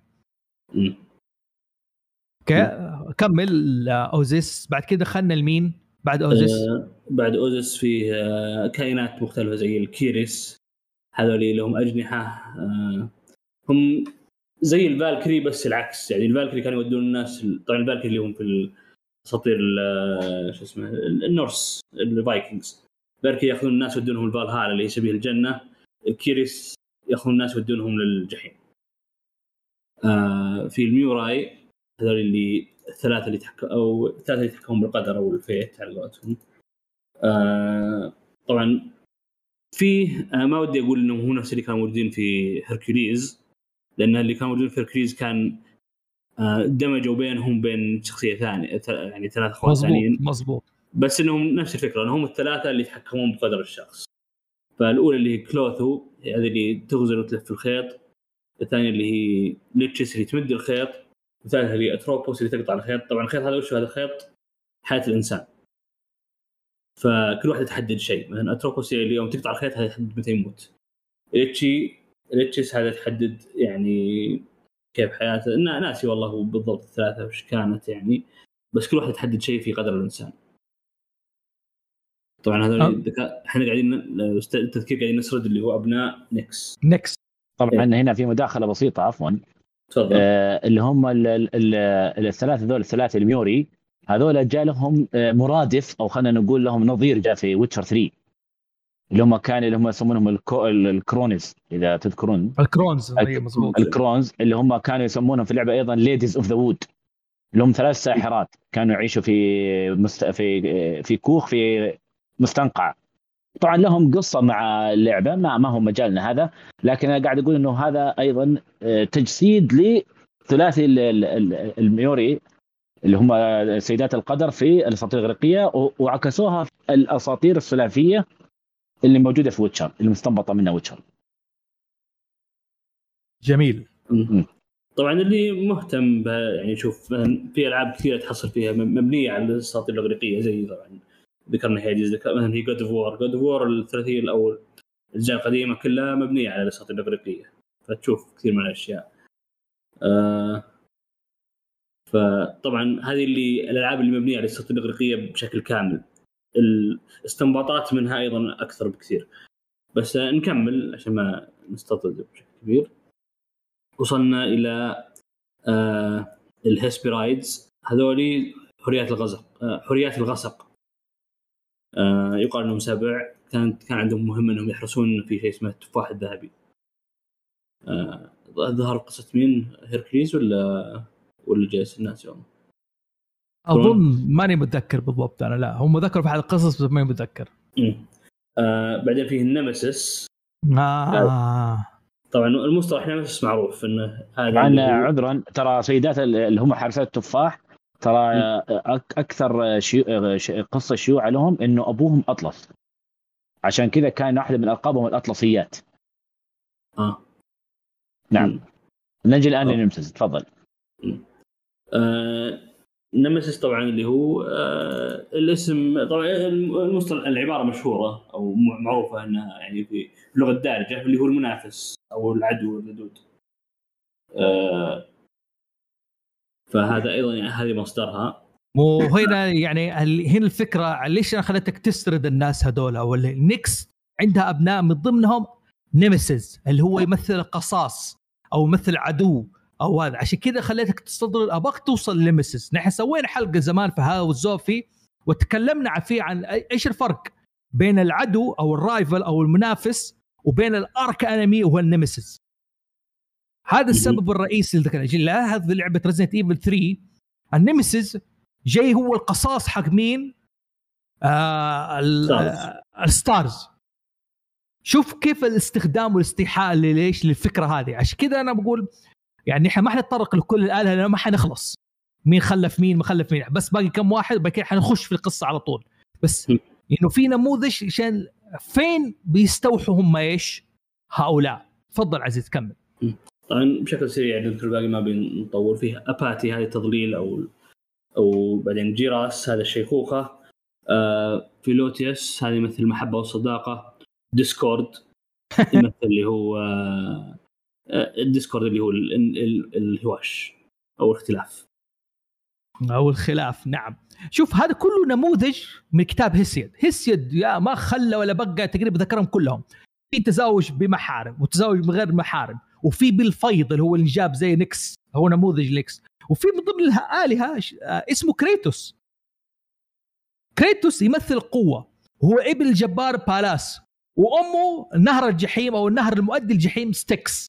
كمل أوزيس. بعد كده خلنا المين بعد أوزيس؟ بعد أوزيس في كائنات مختلفة زي الكيريس، هذول لهم أجنحة، هم زي الفالكري بس العكس. يعني الفالكري كانوا يودون الناس، طبعا الفالكري اللي هم في الأساطير شو اسمه النورس الفايكنجز، الفالكري يأخذون الناس يودونهم الفالهالا اللي هي سبيل الجنة، الكيريس يأخذون الناس يودونهم للجحيم. في الميوراي هذول اللي الثلاثة اللي يتحكمون بالقدر أو الفيت على قولتهم. طبعا فيه ما ودي أقول إنهم هو نفس اللي كانوا موجودين في هيركوليز، لأن اللي كانوا موجودين في هيركوليز كان دمجوا بينهم بين شخصية ثانية، يعني ثلاث أخوات ثانيين. مظبوط. بس إنهم نفس الفكرة، إنهم الثلاثة اللي يتحكمون بقدر الشخص. فالأولى اللي هي كلوثو، هذه اللي تغزل وتلف الخيط. الثانية اللي هي ليتشس اللي تمد الخيط. الثالثة اللي أتروبوس اللي تقطع الخيط. طبعا الخيط هذا وش هذا؟ خيط حياة الإنسان. فكل واحد تحدد شيء، مثلا أتروبوس اللي يوم تقطع الخيط هذا تحدد متى يموت. ليتشس هذا تحدد يعني كيف حياته. أنا ناسي والله بالضبط الثلاثة وش كانت يعني، بس كل واحد تحدد شيء في قدر الإنسان. طبعا هذول الذكاء احنا قاعدين التذكير قاعدين نسرد اللي هو أبناء نيكس. طبعا هنا في مداخلة بسيطة عفوا. تفضل. اللي هم الثلاثة الميوري هذول جاء لهم مرادف او خلينا نقول لهم نظير جاء في ويتشر 3 اللي هم يسمونهم الكرونز اذا تذكرون. الكرونز اللي هم كانوا يسمونهم في اللعبه ايضا ليديز اوف ذا وود، اللي هم 3 ساحرات كانوا يعيشوا في كوخ في مستنقع. طبعا لهم قصه مع اللعبه ما هو مجالنا هذا، لكن انا قاعد اقول انه هذا ايضا تجسيد لثلاثي الميوري اللي هم سيدات القدر في الاساطير الاغريقيه، وعكسوها في الاساطير الثلاثيه اللي موجوده في ويتشر اللي مستنبطه منها ويتشر. جميل. طبعا اللي مهتم يعني شوف في العاب كثيره تحصل فيها مبنيه على الاساطير الاغريقيه، زي طبعا ذكرنا هيديز، مثلا هي جود اوف وور الثلاثيه الاول الأجزاء القديمه كلها مبنيه على الاساطير الاغريقيه، فتشوف كثير من الاشياء. فطبعا هذه اللي الالعاب اللي مبنيه على الاساطير الاغريقيه بشكل كامل، الاستنباطات منها ايضا اكثر بكثير. بس نكمل عشان ما نستطرد بشكل كبير. وصلنا الى الهسبرايدز، هذولي حريات الغسق. يقال انهم 7 كان عندهم مهمه انهم يحرسون في شيء اسمه التفاح الذهبي. ظهر قصه مين؟ هيركليز ولا جيس الناس يوم؟ اظن ماني متذكر بالضبط انا، لا هم ذكروا في هذه القصص بس ماني متذكر. بعدين فيه النمسيس. طبعا المصطلح نمسيس معروف انه هذا عذرا ترى سيدات اللي هم حارسات التفاح ترى اكثر قصه شيوعا لهم انه ابوهم اطلس، عشان كذا كان واحده من القابهم الاطلسيات. نعم. نجي الان لنمسيس، تفضل. نمسيس طبعا اللي هو الاسم، طبعا المصطلح العباره مشهوره او معروفه انها يعني في اللغه الدارجه اللي هو المنافس او العدو اللدود. فهذا ايضا يعني هذه مصدرها. وهنا يعني هنا الفكره ليش انا خليتك تسرد الناس هذول، او نيكس عندها ابناء من ضمنهم نيمسيس اللي هو يمثل القصاص او مثل عدو او هذا، عشان كذا خليتك تصدر ابغاك توصل لنيمسيس. نحن سوينا حلقه زمان في هاو الزوفي وتكلمنا فيه عن ايش الفرق بين العدو او الرايفل او المنافس وبين الارك انمي وهو النيمسيس. هذا السبب الرئيسي اللي ذكرنا. لا هذه لعبه ريزيدنت ايفل 3 النيمسيس جاي هو القصاص حق مين؟ الستارز. شوف كيف الاستخدام والاستيحاء اللي ليش للفكره هذه. عشان كذا انا بقول يعني احنا ما حنتطرق لكل الآلهة لأنه ما حنخلص مين خلف مين ما خلف مين، بس باقي كم واحد باقي حنخش في القصة على طول. بس إنه في نموذج عشان فين بيستوحوا هم إيش هؤلاء. تفضل عزيز كمل. طبعا بشكل سريع نذكر باقي ما بنطول فيها. أباتي هذه تضليل أو بعدين جيراس هذا الشيخوخة. فيلوتيوس هذه مثل المحبة والصداقة. ديسكورد مثل اللي هو الديسكورد اللي هو الهواش او الخلاف. نعم. شوف هذا كله نموذج من كتاب هيسيد يا ما خلى ولا بقى، تقريبا ذكرهم كلهم. في تزاوج بمحارم وتزاوج بغير محارم، وفي بالفيض اللي هو اللي جاب زي نيكس هو نموذج نيكس، وفي من ضمن الآلهة اسمه كريتوس يمثل القوة، هو ابن الجبار بالاس، وأمه نهر الجحيم أو النهر المؤدي الجحيم ستيكس.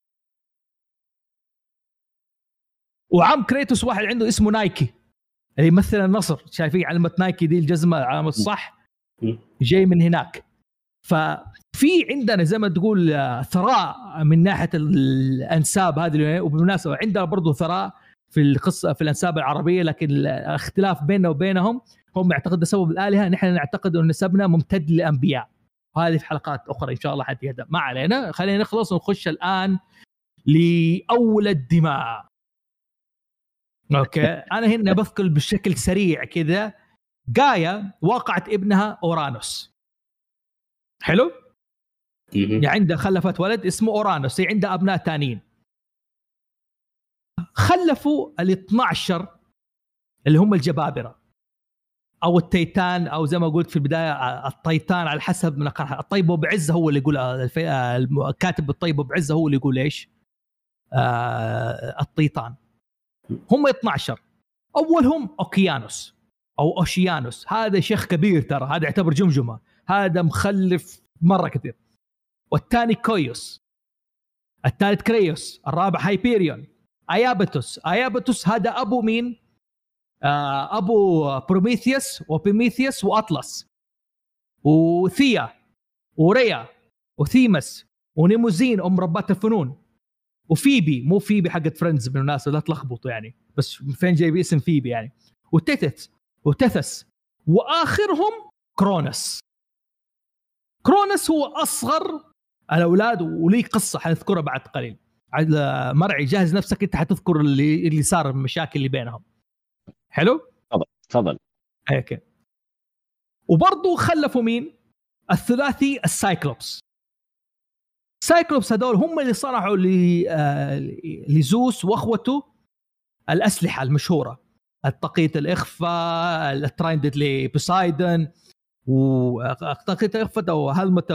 وعم كريتوس واحد عنده اسمه نايكي اللي يمثل النصر، شايفين علامة نايكي دي الجزمة علامة الصح جاي من هناك. ففي عندنا زي ما تقول ثراء من ناحية الأنساب هذه، وبالمناسبة عندنا برضو ثراء في القصة في الأنساب العربية، لكن الاختلاف بيننا وبينهم هم يعتقد بسبب الآلهة، نحن نعتقد أن نسبنا ممتد للأنبياء، وهذه في حلقات أخرى إن شاء الله حتيهدى. ما علينا، خلينا نخلص ونخش الآن لأول الدماء. أوكي أنا هنا بذكر بشكل سريع كذا. جايا وقعت ابنها أورانوس، حلو؟ يعني عندها خلفت ولد اسمه أورانوس، هي عندها أبناء تانيين. خلفوا ال 12 اللي هم الجبابرة او التيتان، او زي ما قلت في البدايه التيتان، على حسب من الطيب وبعزه هو اللي يقول، الكاتب الطيب وبعزه هو اللي يقول ايش التيتان. هم 12. اولهم اوكيانوس او اوشيانوس، هذا شيخ كبير ترى، هذا يعتبر جمجمه، هذا مخلف مره كثير. والثاني كويوس، الثالث كريوس، الرابع هايبيريون. ايابتوس هذا ابو مين؟ ابو بروميثيوس وبيميثيوس واطلس وثيا وريا وثيمس ونيموزين ام ربات الفنون، وفيبي، مو فيبي حقت فريندز بالناس لا تلخبطوا يعني، بس فين جايب اسم فيبي يعني، وتثس واخرهم كرونس. كرونس هو اصغر الاولاد ولي قصه حنذكرها بعد قليل. مرعي جاهز نفسك انت حتذكر اللي صار المشاكل اللي بينهم. حلو تفضل هيك. وبرضو خلفوا مين؟ الثلاثي السايكلوبس. سايكلوبس هذول هم اللي صنعوا لزوس واخوته الاسلحه المشهوره، الطاقية الإخفاء، الترايندد لبوسايدن، وطاقية الإخفاء أو هلمت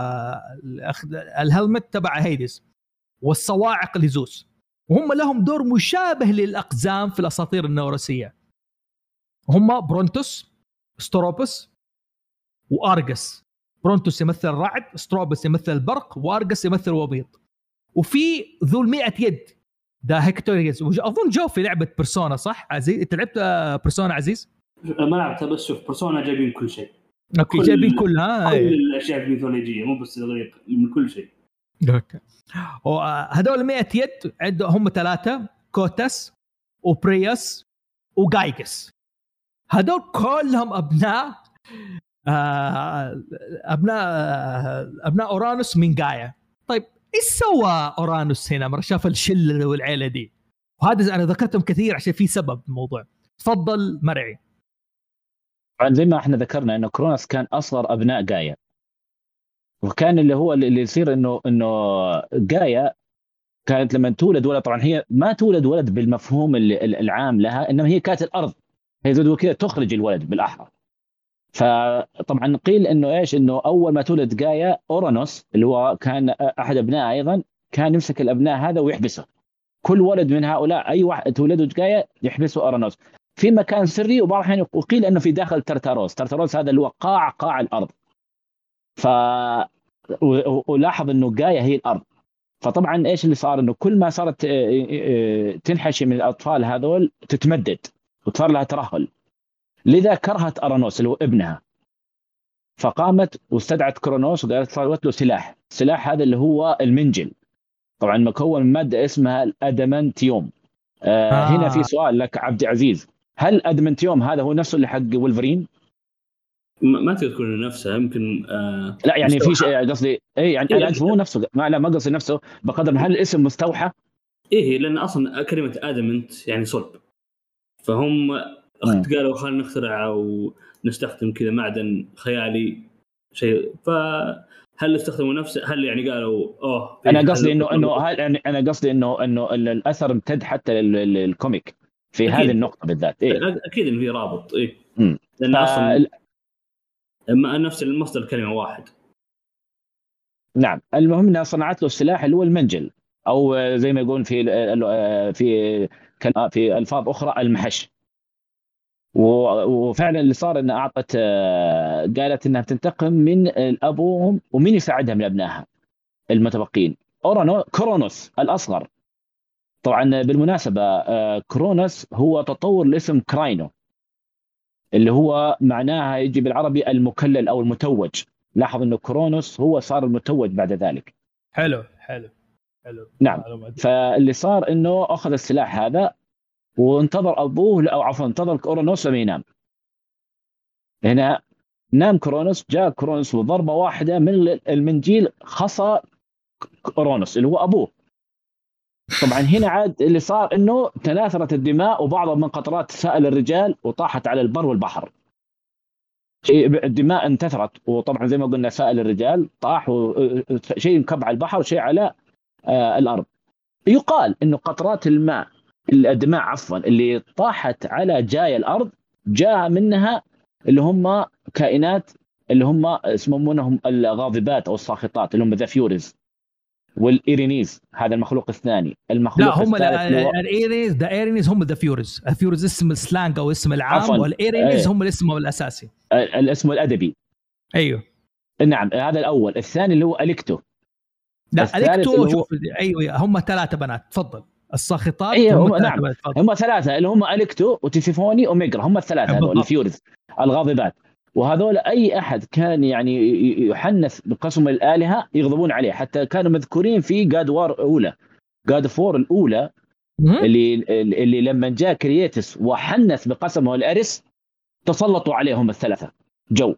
الهلمت تبع هيدس، والصواعق لزوس. وهم لهم دور مشابه للأقزام في الأساطير النورسية. هم برونتوس، ستروبس، وأرجس. برونتوس يمثل الرعد، ستروبس يمثل البرق، وأرجس يمثل الوبيض. وفي ذو 100 يد ده هيكتوريس. أظن جو في لعبة بيرسونا صح عزيز؟ أنت لعبت بيرسونا عزيز؟ ما لعبتها، بس شوف بيرسونا جايبين كل شيء. أوكي جايبين كلها، كل الأشياء الميثولوجية، مو بس الإغريق، من كل شيء. أوكي. هذول 100 يد عندهم 3: كوتس وبرياس وغايغس. هذول كلهم أبناء أبناء أورانوس من غايا. طيب إيش سوى أورانوس هنا مرة شاف الشلة والعيلة دي؟ وهذا أنا ذكرتهم كثير عشان في سبب الموضوع. تفضل مرعي. زي ما احنا ذكرنا انه كرونوس كان اصغر ابناء غايا، وكان اللي يصير انه غايا كانت لما تولد ولد، طبعا هي ما تولد ولد بالمفهوم العام لها، انما هي كانت الارض هي زي كذا تخرج الولد بالاحرى. فطبعا قيل انه ايش، انه اول ما تولد غايا اورانوس اللي هو كان احد ابناء ايضا، كان يمسك الابناء هذا ويحبسه. كل ولد من هؤلاء اي واحد تولده غايا يحبسه اورانوس في مكان سري، وبعض الأحيان وقيل انه في داخل ترتاروس هذا اللي هو قاع الارض. ولاحظ انه غايا هي الارض. فطبعا ايش اللي صار، انه كل ما صارت تنحشي من الاطفال هذول تتمدد وصار لها ترهل، لذا كرهت أورانوس اللي هو ابنها، فقامت واستدعت كرونوس وقالت صارت له سلاح هذا اللي هو المنجل، طبعا مكون من مادة اسمها الأدمنتيوم. هنا في سؤال لك عبد العزيز، هل الأدمنتيوم هذا هو نفسه اللي حق وولفرين؟ ما تذكر نفسه يمكن. لا يعني في شيء قصدي يعني انا مو نفسه، ما قصدي نفسه بقدر هل الاسم مستوحى؟ ايه لان اصلا كلمه ادمنت يعني صلب، فهم قالوا خلينا نخترع او نستخدم كذا معدن خيالي شيء، فهل استخدموا نفسه؟ هل يعني قالوا انا قصدي انا قصدي انه الاثر امتد حتى للكوميك في أكيد. هذه النقطه بالذات اكيد ان في رابط لان اصلا نفس المصدر الكلمه واحد. نعم، المهم انها صنعت له السلاح اللي هو المنجل، او زي ما يقول في الفاظ اخرى المحش. وفعلا اللي صار انها اعطت قالت انها بتنتقم من ابوهم، ومين يساعدها من ابنائها المتبقين؟ كرونوس الاصغر. طبعا بالمناسبه كرونوس هو تطور لاسم كراينو اللي هو معناها يجي بالعربي المكلل او المتوج. لاحظ انه كرونوس هو صار المتوج بعد ذلك. حلو. نعم، فاللي صار انه اخذ السلاح هذا وانتظر ابوه، او عفوا انتظر اورانوس لما ينام. هنا نام كرونوس، جاء كرونوس وضربه واحده من المنجيل خصى اورانوس اللي هو ابوه. طبعا هنا عاد اللي صار انه تناثرت الدماء، وبعض من قطرات سائل الرجال وطاحت على البر والبحر. الدماء انتثرت، وطبعا زي ما قلنا سائل الرجال طاح، وشيء انكب على البحر وشيء على الارض. يقال انه قطرات الماء الدماء عفوا اللي طاحت على جاي الأرض جاء منها اللي هم كائنات اللي هم اسمهم الغاضبات أو الساخطات اللي هم ذا فيوريز والإيرينيز. هذا المخلوق الثاني. المخلوق لا هم الثالث الايرينيز هم ذا فيوريز. الفيوريز اسم السلانج او اسم العام، عفواً. والايرينيز هم الاسم الاساسي، الاسم الأدبي. ايوه نعم هذا الأول. الثاني اللي هو أليكتو. لا أليكتو شوف ايوه هم 3 بنات. تفضل. الساخطات هم نعم هم 3 اللي هم أليكتو وتيسيفوني وميجرا. هم ال3 هذول الفيوريز الغاضبات. وهذول أي أحد كان يعني يحنث بقسم الآلهة يغضبون عليه. حتى كانوا مذكورين في جاد وار أولى، جاد فور الأولى، اللي لما جاء كرييتس وحنث بقسمه الأرس تسلطوا عليهم ال3 جو.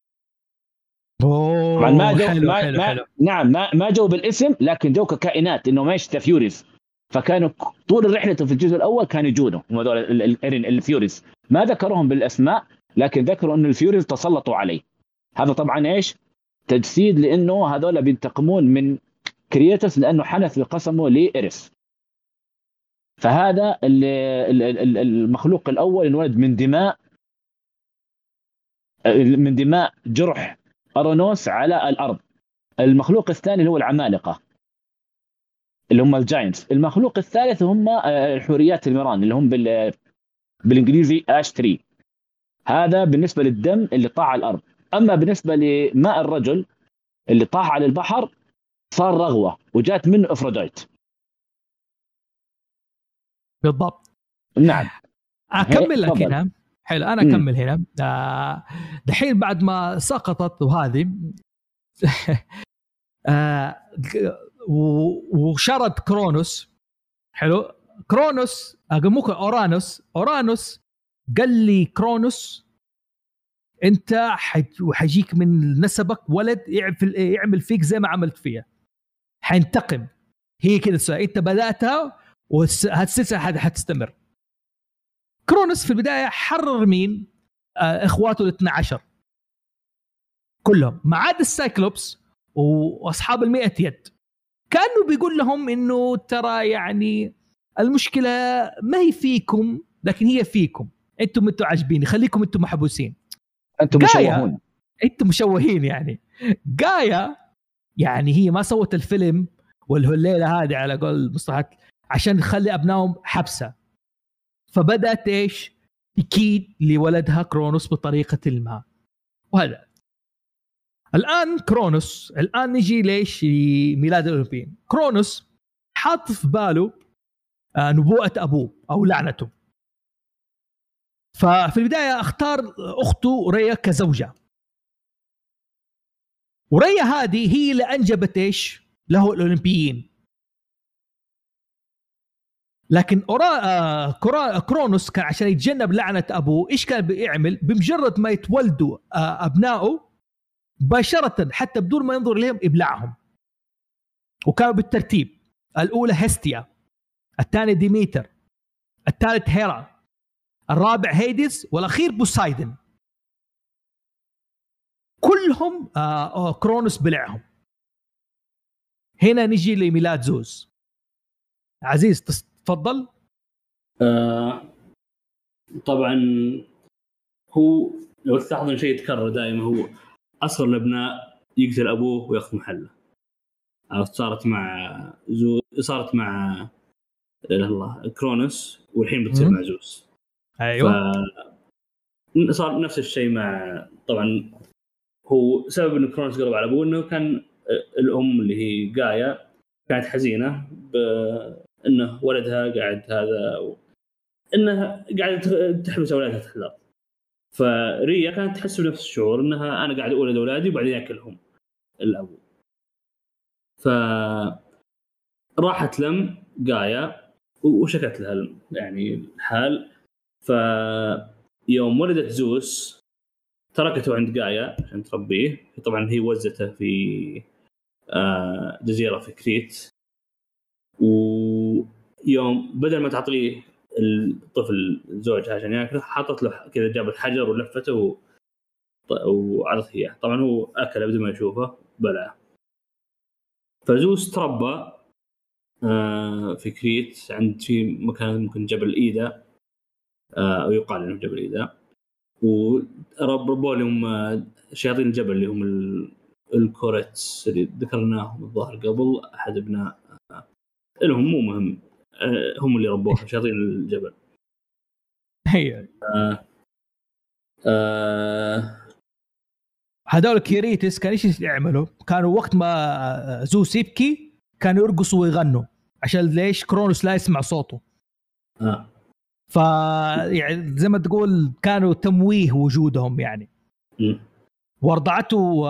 ما جو حلو. نعم ما جو بالاسم لكن جو ككائنات انه ماشي فيوريز. فكانوا طول الرحله في الجزء الاول كانوا يجونه هم هذول الفيوريز. ما ذكرهم بالاسماء لكن ذكروا انه الفيوريز تسلطوا عليه. هذا طبعا ايش تجسيد لانه هذول بينتقمون من كرييتس لانه حنث بقسمه لإرس. فهذا المخلوق الاول انولد من دماء جرح أرونوس على الأرض. المخلوق الثاني اللي هو العمالقة اللي هم الجاينتس. المخلوق الثالث هم الحوريات الميران اللي هم بالإنجليزي آش 3. هذا بالنسبة للدم اللي طاح على الأرض. أما بالنسبة لماء الرجل اللي طاح على البحر صار رغوة وجات منه أفروديت. بالضبط. نعم أكمل لك هنا. حلو أنا أكمل هنا. دحين بعد ما سقطت وهذه وشرد كرونوس. حلو كرونوس ممكن أورانوس قال لي كرونوس أنت حيجيك من نسبك ولد يعمل فيك زي ما عملت فيها، حينتقم. هي كده أنت بدأتها وهالسلسلة حتستمر. كرونوس في البداية حرر مين؟ إخواته 12 كلهم ما عدا السايكلوبس وأصحاب 100 يد. كانوا بيقول لهم إنه ترى يعني المشكلة ما هي فيكم لكن هي فيكم. أنتم عاجبيني، خليكم أنتم محبوسين، أنتم مشوهون، أنتم مشوهين. يعني جايا يعني هي ما سوت الفيلم والليلة هذه على قول مصطلحات عشان تخلي أبنائهم حبسة. فبدأت إيش تكيد لولدها كرونوس بطريقة ما. وهذا الآن كرونوس الآن نجي ليش ميلاد الأولمبيين. كرونوس حاط في باله نبوءة أبوه أو لعنته. ففي البداية اختار أخته ريا كزوجة، وريا هذه هي اللي أنجبت إيش له الأولمبيين. لكن كرونوس كان عشان يتجنب لعنة أبوه إيش كان بيعمل؟ بمجرد ما يتولدوا أبنائه مباشرة حتى بدون ما ينظر إليهم يبلعهم. وكانوا بالترتيب: الأولى هستيا، الثاني ديميتر، الثالث هيرا، الرابع هيديس، والأخير بوسايدن. كلهم كرونوس بلعهم. هنا نجي لميلاد زوس. عزيز تفضل. طبعا هو لو تلاحظون شيء يتكرر دائما، هو أصغر الأبناء يقتل أبوه ويأخذ محله. صارت مع الله كرونوس والحين بتصير مع زوس. أيوة. صار نفس الشيء مع طبعا هو سبب إنه كرونوس قرب على أبوه إنه كان الأم اللي هي جايا كانت حزينة بأنه ولدها قاعد هذا إنها قاعد تحبس أولادها تحت الأرض. فريا كانت تحس بنفس الشعور إنها أنا قاعد أولد أولادي وبعدين يأكلهم الأبو. فراحت لم جايا وشكت لها يعني الحال. فيوم ولدت زوس تركته عند جايا عشان تربيه. طبعا هي وزته في جزيرة في كريت. ويوم بدل ما تعطيه الطفل زوجها عشان ياكله حطت له كذا، جابت حجر ولفته وعرضت اياه. طبعا هو اكله بدون ما يشوفه بلعه. فزوس تربى في كريت عند في مكان ممكن جبل إيدا، أو يقال إنه جبل إيدا، وربوا لهم شياطين الجبل اللي هم الكوريتس اللي ذكرناهم الظاهر قبل أحد ابناء لهم، مو مهم، هم اللي ربوها شياطين الجبل. هي هذول كيريتس كان ايش يعملوا؟ كانوا وقت ما زوس يبكي كانوا يرقصوا ويغنوا، عشان ليش؟ كرونوس لا يسمع صوته. ف يعني زي ما تقول كانوا تمويه وجودهم يعني. ورضعته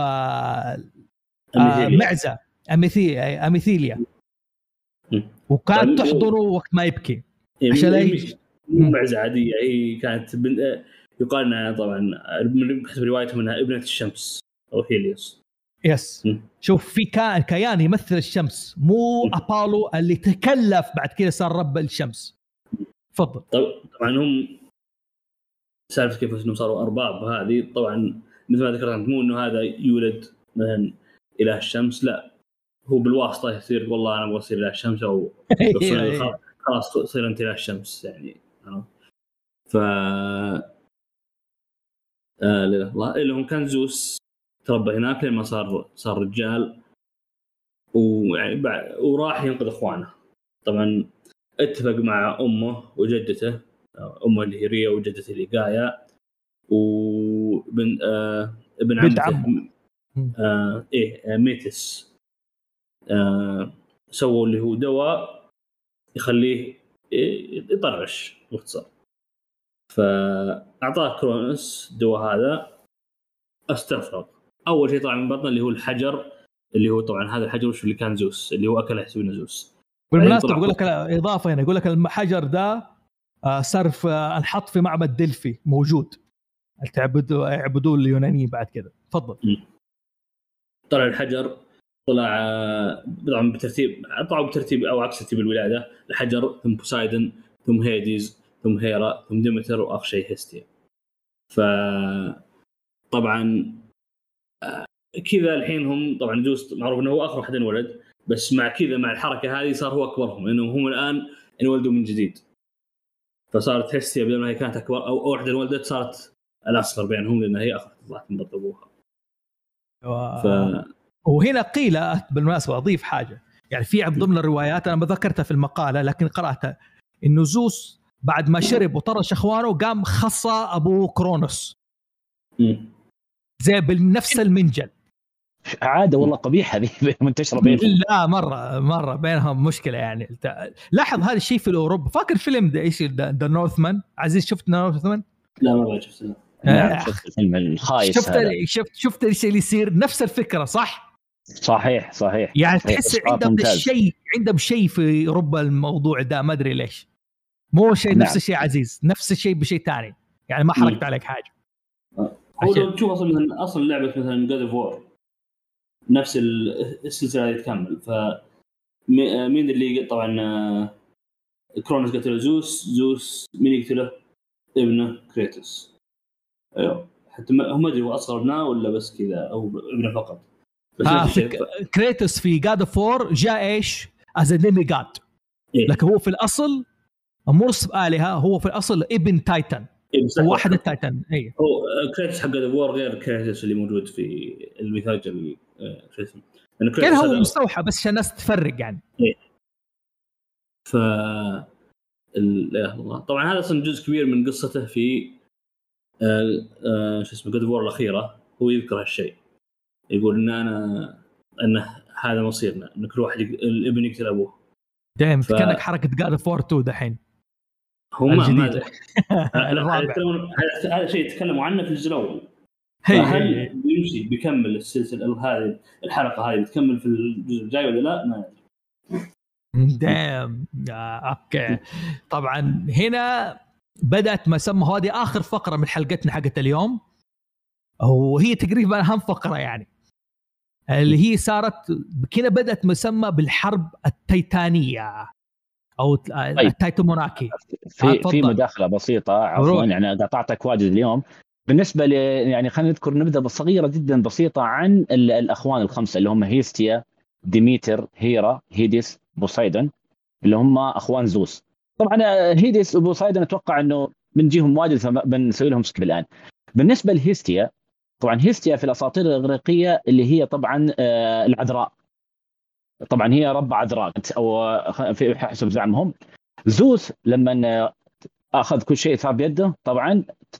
معزة أميثيليا، وكانت تحضره وقت ما يبكي عشان مو معزة عادية، هي كانت يقال انها طبعا بحسب روايتهم انها ابنة الشمس او هيليوس. يس. شوف في كيان يمثل الشمس، مو أبولو اللي تكلف بعد كده صار رب الشمس. تفضل. طبعا هم سالفة كيف انهم صاروا ارباب هذه، طبعا مثل ما ذكرت مو انه هذا يولد مثلا اله الشمس، لا هو بالواسطة يصير والله انا ابغى اصير اله الشمس، او خلاص تصير انت اله الشمس يعني. ف الله اللي هم كان زوس تربى هناك لما صار رجال، وراح ينقذ اخوانه. طبعا اتفق مع امه وجدته، امه اللي هي ريا وجدته اللي جايا، وابن ابن عمته ميتس، سووا اللي هو دواء يخليه يطرش باختصار. فأعطاه كرونوس دواء هذا استفرغ. أول شيء طبعا من بطنه اللي هو الحجر، اللي هو طبعا هذا الحجر وش اللي كان زوس اللي هو أكله سوينا زوس. بالمناسبة يقول لك إضافة هنا، يقول لك الحجر ده صرف انحط في معبد دلفي موجود، يعبدوه اليونانيين بعد كده. تفضل. طلع الحجر طلع طبعا بترتيب أو عكس ترتيب الولادة، الحجر ثم بوسايدن ثم هيديز ثم هيرا ثم ديمتر وآخر شيء هيستيا. فطبعا كذا الحين هم طبعا زوس معروف انه هو اخر واحد انولد، بس مع كذا مع الحركه هذه صار هو اكبرهم، لانه هم الان انولدوا من جديد. فصارت هيستيا بدل ما هي كانت اكبر او واحده انولدت صارت الاصغر بينهم، لان هي اخر طلعت من بطن ابوها. وهنا قيل بالمناسبه اضيف حاجه، يعني في ضمن الروايات انا ما ذكرتها في المقاله لكن قراتها، انه زوس بعد ما شرب وطرش اخوانه قام خصى ابوه كرونوس زي بنفس المنجل. عاده والله قبيحه هذه منتشره بينهم. لا مره بينهم مشكله يعني. لاحظ هذا الشيء في اوروبا. فاكر فيلم ده ايش ذا نورثمان؟ عزيز شفت نورثمان؟ لا ما شفته. شفت الفيلم الخايس هذا. شفت ايش اللي يصير؟ نفس الفكره صح؟ صحيح يعني تحس عندهم شيء في اوروبا الموضوع ده، ما ادري ليش. مو شيء نفس الشيء عزيز، نفس الشيء بشيء ثاني يعني. ما حركت عليك حاجه. هو لو تشوف اصلا لعبه مثلا جاد اوف وور نفس السلسله اللي تكمل. ف مين اللي طبعا كرونوس قتل زوس مين يقتله؟ ابنه كريتوس. ايوه حتى هم ادري هو اصغر ابنه ولا بس كذا او ابنه فقط. بس كريتوس في جاد اوف وور جاء ايش از ديمي جاد، لكن هو في الاصل مو آلهة، هو في الاصل ابن تايتن. هو واحد التايتن. هي هو كريتوس حق جاد اوف وور غير كريتوس اللي موجود في الميثولوجيا الفيلم، كان هو مستوحى بس عشان الناس تفرق يعني. ف الله طبعا هذا اصلا جزء كبير من قصته في شو اسمه جاد اوف وور الاخيره. هو يذكر هالشيء، يقول ان هذا مصيرنا، ان كل واحد الابن يقتل ابوه. دائما كانك حركه جاد اوف وور 2 دحين هم هذا هذا شيء يتكلموا عنه في الجزء الاول. هل بيمشي بيكمل السلسله هذه الحلقه هذه بتكمل في الجزء الجاي ولا لا؟ ما دام اوكي. طبعا هنا بدات ما سمى هذه اخر فقره من حلقتنا حقت اليوم، وهي تقريبا اهم فقره يعني، اللي هي صارت كده بدات مسمى بالحرب التيتانيه او التايتوموناكي. في مداخله بسيطه عفوا يعني قطعتك واجد اليوم. بالنسبه يعني خلينا نذكر نبذه بصغيره جدا بسيطه عن الاخوان الخمسه اللي هم هيستيا، ديميتر، هيرا، هيديس، بوسايدن. اللي هم اخوان زوس. طبعا هيديس وبوسايدون اتوقع انه بنجيهم واجد فبنسوي لهم سكيب الان. بالنسبه لهيستيا، طبعا هيستيا في الاساطير الاغريقيه اللي هي طبعا العذراء، طبعا هي رب عذراء او في حسب زعمهم. زوس لما اخذ كل شيء صار بيده طبعا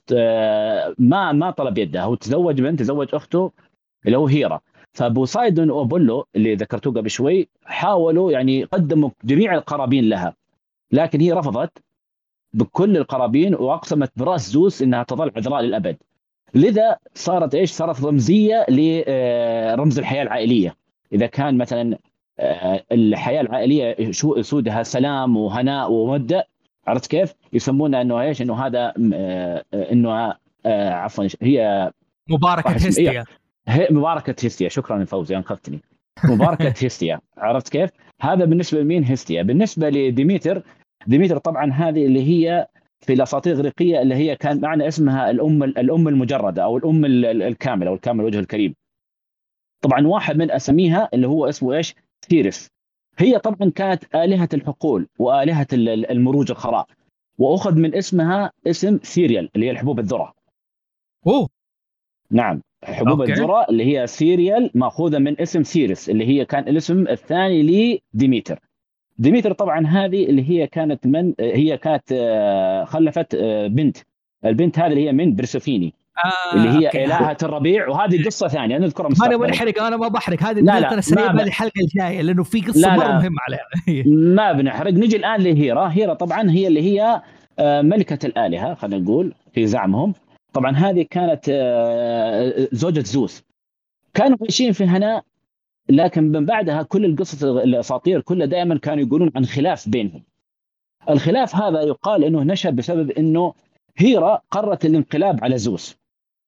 ما طلب يده، هو تزوج بنت، تزوج اخته اللي هو هيرا. فبوسايدون وابولو اللي ذكرتوه قبل شوي حاولوا يعني قدموا جميع القرابين لها، لكن هي رفضت بكل القرابين واقسمت براس زوس انها تظل عذراء للابد. لذا صارت ايش؟ صارت رمزيه لرمز الحياه العائليه. اذا كان مثلا الحياه العائليه شو سودها سلام وهناء وموده، عرفت كيف؟ يسمونها انه ايش؟ انه هذا انه عفوا هي مباركه هيستيا. هي مباركه هيستيا. شكرا فوزي انقذتني. مباركه هيستيا، عرفت كيف؟ هذا بالنسبه لمين؟ هيستيا. بالنسبه لديميتر، ديميتر طبعا هذه اللي هي في الاساطير الاغريقيه اللي هي كان معنى اسمها الام المجرده او الام الكامله او الكامل وجه الكريم. طبعا واحد من اساميها اللي هو اسمه ايش؟ ثيرس. هي طبعا كانت آلهة الحقول وآلهة المروج الخراء، واخذ من اسمها اسم سيريال اللي هي الحبوب الذره. اوه نعم، حبوب الذره اللي هي سيريال ماخوذه من اسم سيرس اللي هي كان الاسم الثاني لديميتر. ديميتر طبعا هذه اللي هي كانت هي كانت خلفت بنت. البنت هذه اللي هي من برسوفيني اللي هي إلهة الربيع. وهذه قصة ثانية نذكرها مستقبلا. أنا بنحرق، أنا ما بحرق هذه. أنا سايبها للحلقة الجاية لأنه في قصة مرة مهمة عليها. ما بنحرق. نجي الآن لهيرا. هيرا طبعا هي اللي هي ملكة الآلهة خلينا نقول في زعمهم. طبعا هذه كانت زوجة زوس. كانوا عايشين في هناء، لكن من بعدها كل القصص الأساطير كلها دائما كانوا يقولون عن خلاف بينهم. الخلاف هذا يقال أنه نشأ بسبب أنه هيرا قررت الانقلاب على زوس،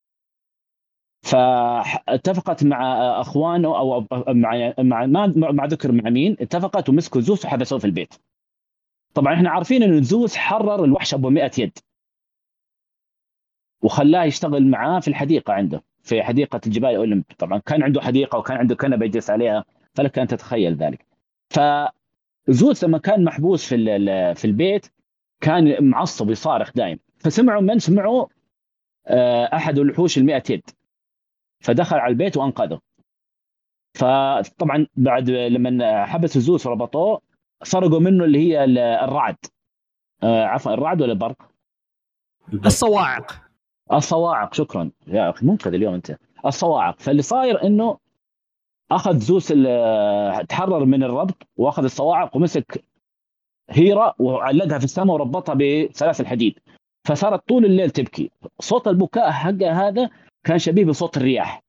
فاتفقت مع اخوانه او مع ذكر مع مين اتفقت، ومسكوا زوس وحبسوه في البيت. طبعا احنا عارفين ان زوس حرر الوحش ابو 100 يد وخلاه يشتغل معاه في الحديقه عنده في حديقه الجبال اولمب. طبعا كان عنده حديقه وكان عنده كنبه يجلس عليها، فلك ان تتخيل ذلك. فزوس لما كان محبوس في البيت كان معصب يصارخ دائم، فسمعوا من سمعوا احد الوحوش ال100 يد، فدخل على البيت وانقذه. فطبعا بعد لما حبس زوس وربطوه سرقوا منه اللي هي الرعد، عفوا الرعد ولا البرق؟ الصواعق. شكرا يا اخي، منقذ اليوم انت. الصواعق. فاللي صاير انه اخذ زوس تحرر من الربط واخذ الصواعق ومسك هيرا وعلقها في السماء وربطها بسلاسل الحديد، فصارت طول الليل تبكي. صوت البكاء حقها هذا كان شبيه بصوت الرياح.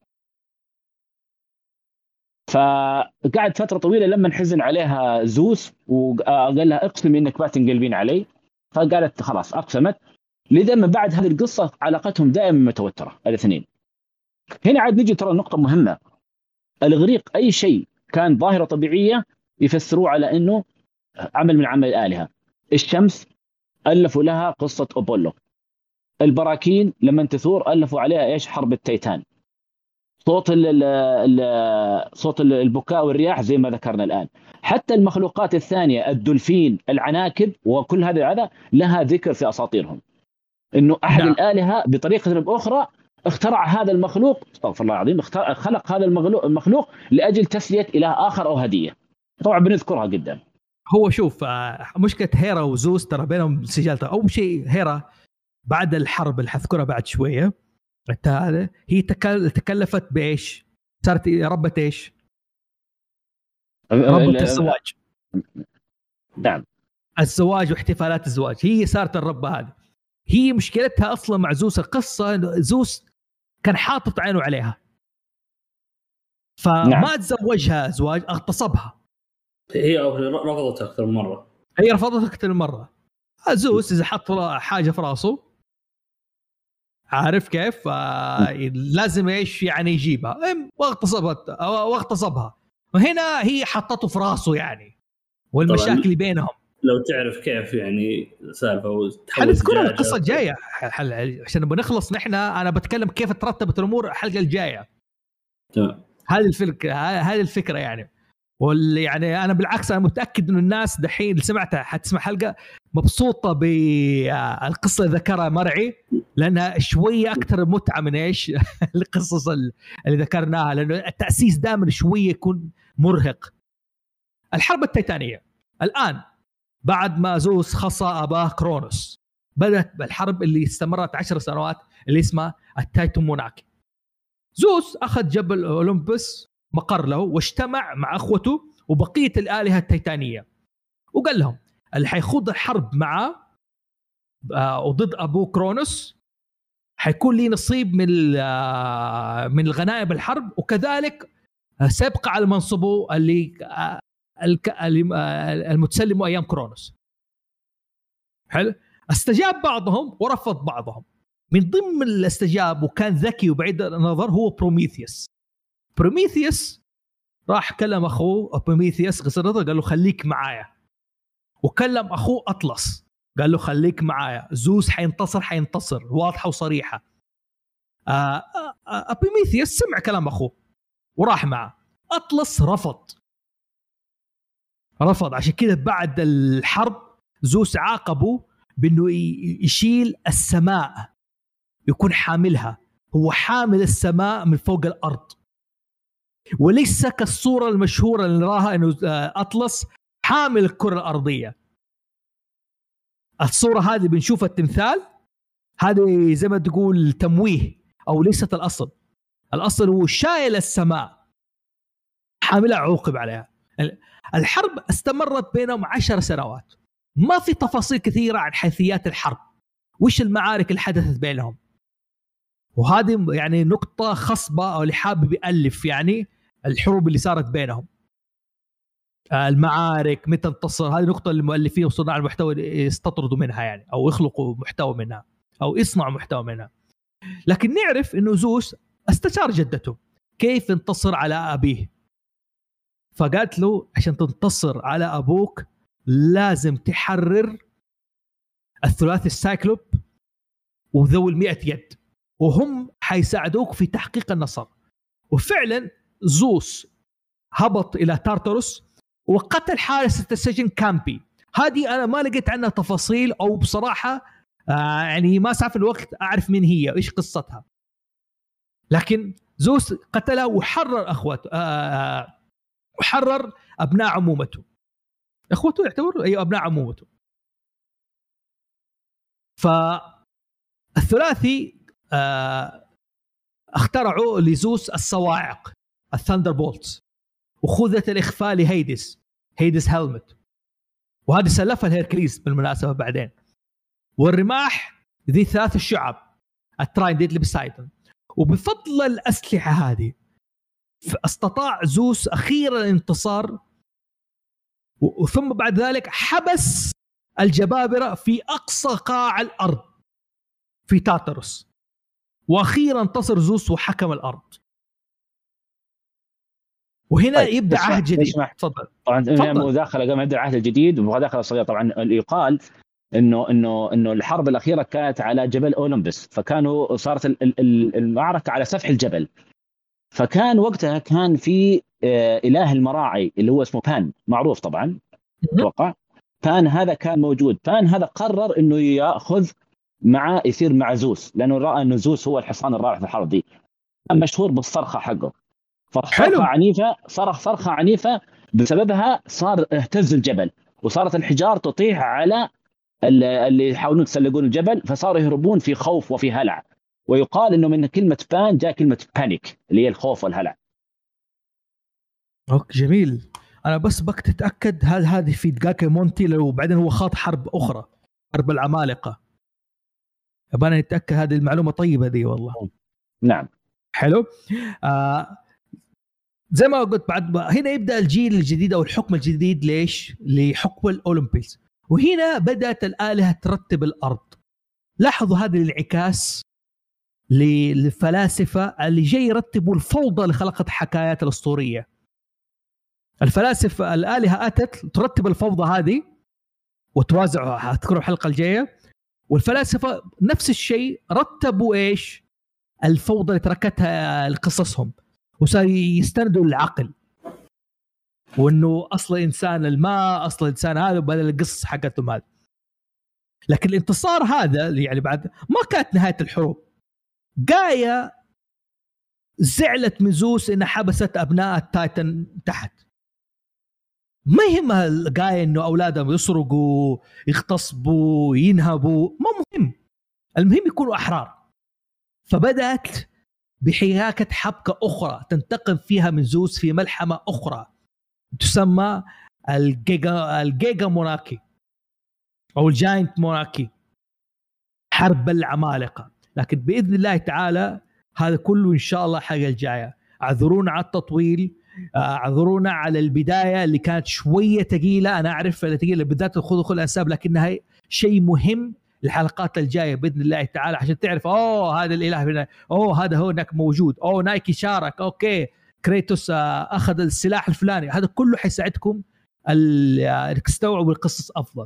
فقعد فترة طويلة لما انحزن عليها زوس وقال لها اقسمي انك ما تنقلبين علي، فقالت خلاص اقسمت. لذا من بعد هذه القصة علاقتهم دائما متوترة الاثنين. هنا عاد نجي ترى نقطة مهمة. الإغريق أي شيء كان ظاهرة طبيعية يفسروه على أنه عمل من عمل الآلهة. الشمس ألفوا لها قصة أبولو، البراكين لما تثور ألفوا عليها إيش؟ حرب التيتان. صوت البكاء والرياح زي ما ذكرنا الآن. حتى المخلوقات الثانية الدولفين العناكب وكل هذا لها ذكر في أساطيرهم، إنه أحد الآلهة بطريقة أو بأخرى اخترع هذا المخلوق، استغفر الله العظيم، خلق هذا المخلوق لأجل تسلية إله آخر أو هدية. طبعا بنذكرها قدام. هو شوف مشكلة هيرا وزوس ترى بينهم سجالته. أول شيء هيرا بعد الحرب اللي حذكرها بعد شوية هي تكلفت بإيش؟ صارت ربة إيش؟ ربة الزواج. نعم، الزواج واحتفالات الزواج، هي صارت الربة هذه. هي مشكلتها أصلا مع زوس القصة، زوس كان حاطط عينه عليها فما تزوجها زواج، اغتصبها. هي رفضت أكثر من مرة. هي رفضت أكثر من مرة. زوس إذا حط حاجة في راسه عارف كيف لازم ايش يعني يجيبها، واغتصبها. وهنا هي حطته في راسه يعني، والمشاكل اللي بينهم لو تعرف كيف يعني سالفه. حنذكر القصه الجايه عشان بنخلص نحن. انا بتكلم كيف ترتبت الامور الحلقه الجايه. تمام. هذه الفكره يعني. واللي يعني انا بالعكس انا متاكد انه الناس دحين اللي سمعتها حتسمع حلقه مبسوطه بالقصه اللي ذكرها مرعي، لانها شويه اكثر متعه من ايش القصص اللي ذكرناها، لانه التاسيس دائما شويه يكون مرهق. الحرب التيتانيه الان بعد ما زوس خصى اباه كرونوس بدات الحرب اللي استمرت 10 سنوات اللي اسمها التايتوموناكي. زوس اخذ جبل اولمبس مقر له واجتمع مع اخوته وبقيه الالهه التيتانيه وقال لهم اللي حيخوض الحرب معه وضد ابو كرونوس حيكون لي نصيب من الغنائم الحرب، وكذلك سيبقى على منصبه اللي المتسلم ايام كرونوس. حلو. استجاب بعضهم ورفض بعضهم. من ضمن الاستجاب وكان ذكي وبعيد النظر هو بروميثيوس راح كلم اخوه بروميثيوس قصر نظر قال له خليك معايا، وكلم اخوه اطلس قال له خليك معايا، زوس حينتصر واضحه وصريحه. بروميثيوس سمع كلام اخوه وراح معه. اطلس رفض عشان كذا بعد الحرب زوس عاقبه بانه يشيل السماء، يكون حاملها، هو حامل السماء من فوق الارض، وليس كالصوره المشهوره اللي نراها انه اطلس حامل الكره الارضيه. الصوره هذه بنشوف التمثال هذه زي ما تقول تمويه او ليست الاصل هو شايل السماء حاملها عوقب عليها. الحرب استمرت بينهم 10 سنوات، ما في تفاصيل كثيرة عن حيثيات الحرب وش المعارك اللي حدثت بينهم، وهذه يعني نقطة خصبة أو اللي حابب يألف يعني الحروب اللي صارت بينهم، المعارك متى انتصر، هذه نقطة المؤلفين وصناع المحتوى يستطردوا منها يعني أو يخلقوا محتوى منها أو يصنعوا محتوى منها. لكن نعرف إنه زوس استشار جدته كيف انتصر على أبيه، فقالت له عشان تنتصر على أبوك لازم تحرر الثلاثي السايكلوب وذوي 100 يد، وهم حيساعدوك في تحقيق النصر. وفعلا زوس هبط إلى تارتاروس وقتل حارس السجن كامبي. هذه أنا ما لقيت عنها تفاصيل أو بصراحة يعني ما سعف الوقت أعرف من هي إيش قصتها، لكن زوس قتلها وحرر أخوته وحرر أبناء عمومته، اخوته يعتبروا اي ابناء عمومته. فالثلاثي اخترعوا لزوس الصواعق الثاندر بولتس، وخذت الاخفاء لهيدس هيلمت، وهذه سلفها الهيركليس بالمناسبه بعدين، والرماح ذي 3 الشعب الترايدنت اللي بسايدن. وبفضل الاسلحه هذه استطاع زوس اخيرا الانتصار، وثم بعد ذلك حبس الجبابرة في أقصى قاع الأرض في تارتاروس، وأخيرا انتصر زوس وحكم الأرض. وهنا طيب يبدأ عهد جديد. تفضل. طبعا مداخلة قبل يبدأ العهد الجديد ومداخلة صغيرة. طبعا يقال إنه الحرب الأخيرة كانت على جبل أولمبس، فكانوا صارت المعركة على سفح الجبل، فكان وقتها كان في إله المراعي اللي هو اسمه بان، معروف طبعا اتوقع. بان هذا كان موجود، بان هذا قرر انه يصير مع زوس، لانه راى انه زوس هو الحصان الرائع في الحرب دي، كان مشهور بالصرخه حقه، فصرخه عنيفه، صرخه عنيفه بسببها صار اهتز الجبل، وصارت الحجار تطيح على اللي يحاولون يتسلقون الجبل، فصاروا يهربون في خوف وفي هلع. ويقال انه من كلمه بان جاء كلمه بانيك اللي هي الخوف والهلع. اوكي جميل. انا بس بك تتاكد هل هذه في دقاكي مونتي لو بعدين هو خاض حرب اخرى، حرب العمالقه، ابغى نتاكد هذه المعلومه طيبه دي والله. نعم حلو. زي ما قلت بعد هنا يبدا الجيل الجديد او الحكم الجديد. ليش؟ لحكم الاولمبيس، وهنا بدات الالهه ترتب الارض. لاحظوا هذا الانعكاس للفلاسفه اللي جاي يرتبوا الفوضى اللي خلقت حكايات الاسطوريه. الفلاسفه الالهه اتت ترتب الفوضى هذه وتوازعها، هتذكروا الحلقه الجايه. والفلاسفه نفس الشيء رتبوا ايش الفوضى اللي تركتها قصصهم، وصار يستندوا للعقل. وانه اصل انسان الماء، اصل انسان هذا، بدل القصص حقتهم هذا. لكن الانتصار هذا يعني بعد ما كانت نهايه الحروب. جايا زعلت من زوس انها حبست ابناء التايتن تحت. ما يهمها جايا انه اولادهم يسرقوا، يغتصبوا، ينهبوا، ما مهم، المهم يكونوا احرار. فبدات بحياكه حبكه اخرى تنتقم فيها من زوس في ملحمه اخرى تسمى الجيجا موناركي او الجاينت موناركي، حرب العمالقه. لكن باذن الله تعالى هذا كله ان شاء الله حاجه الجايه. اعذرونا على التطويل، اعذرونا على البدايه اللي كانت شويه ثقيله، انا اعرف ثقيله بالذات خذوا الانساب، لكنها شيء مهم الحلقات الجايه باذن الله تعالى عشان تعرف هذا الاله هنا، هذا هو هناك موجود، نايكي شارك، اوكي كريتوس اخذ السلاح الفلاني. هذا كله حيساعدكم انك تستوعبوا القصص افضل.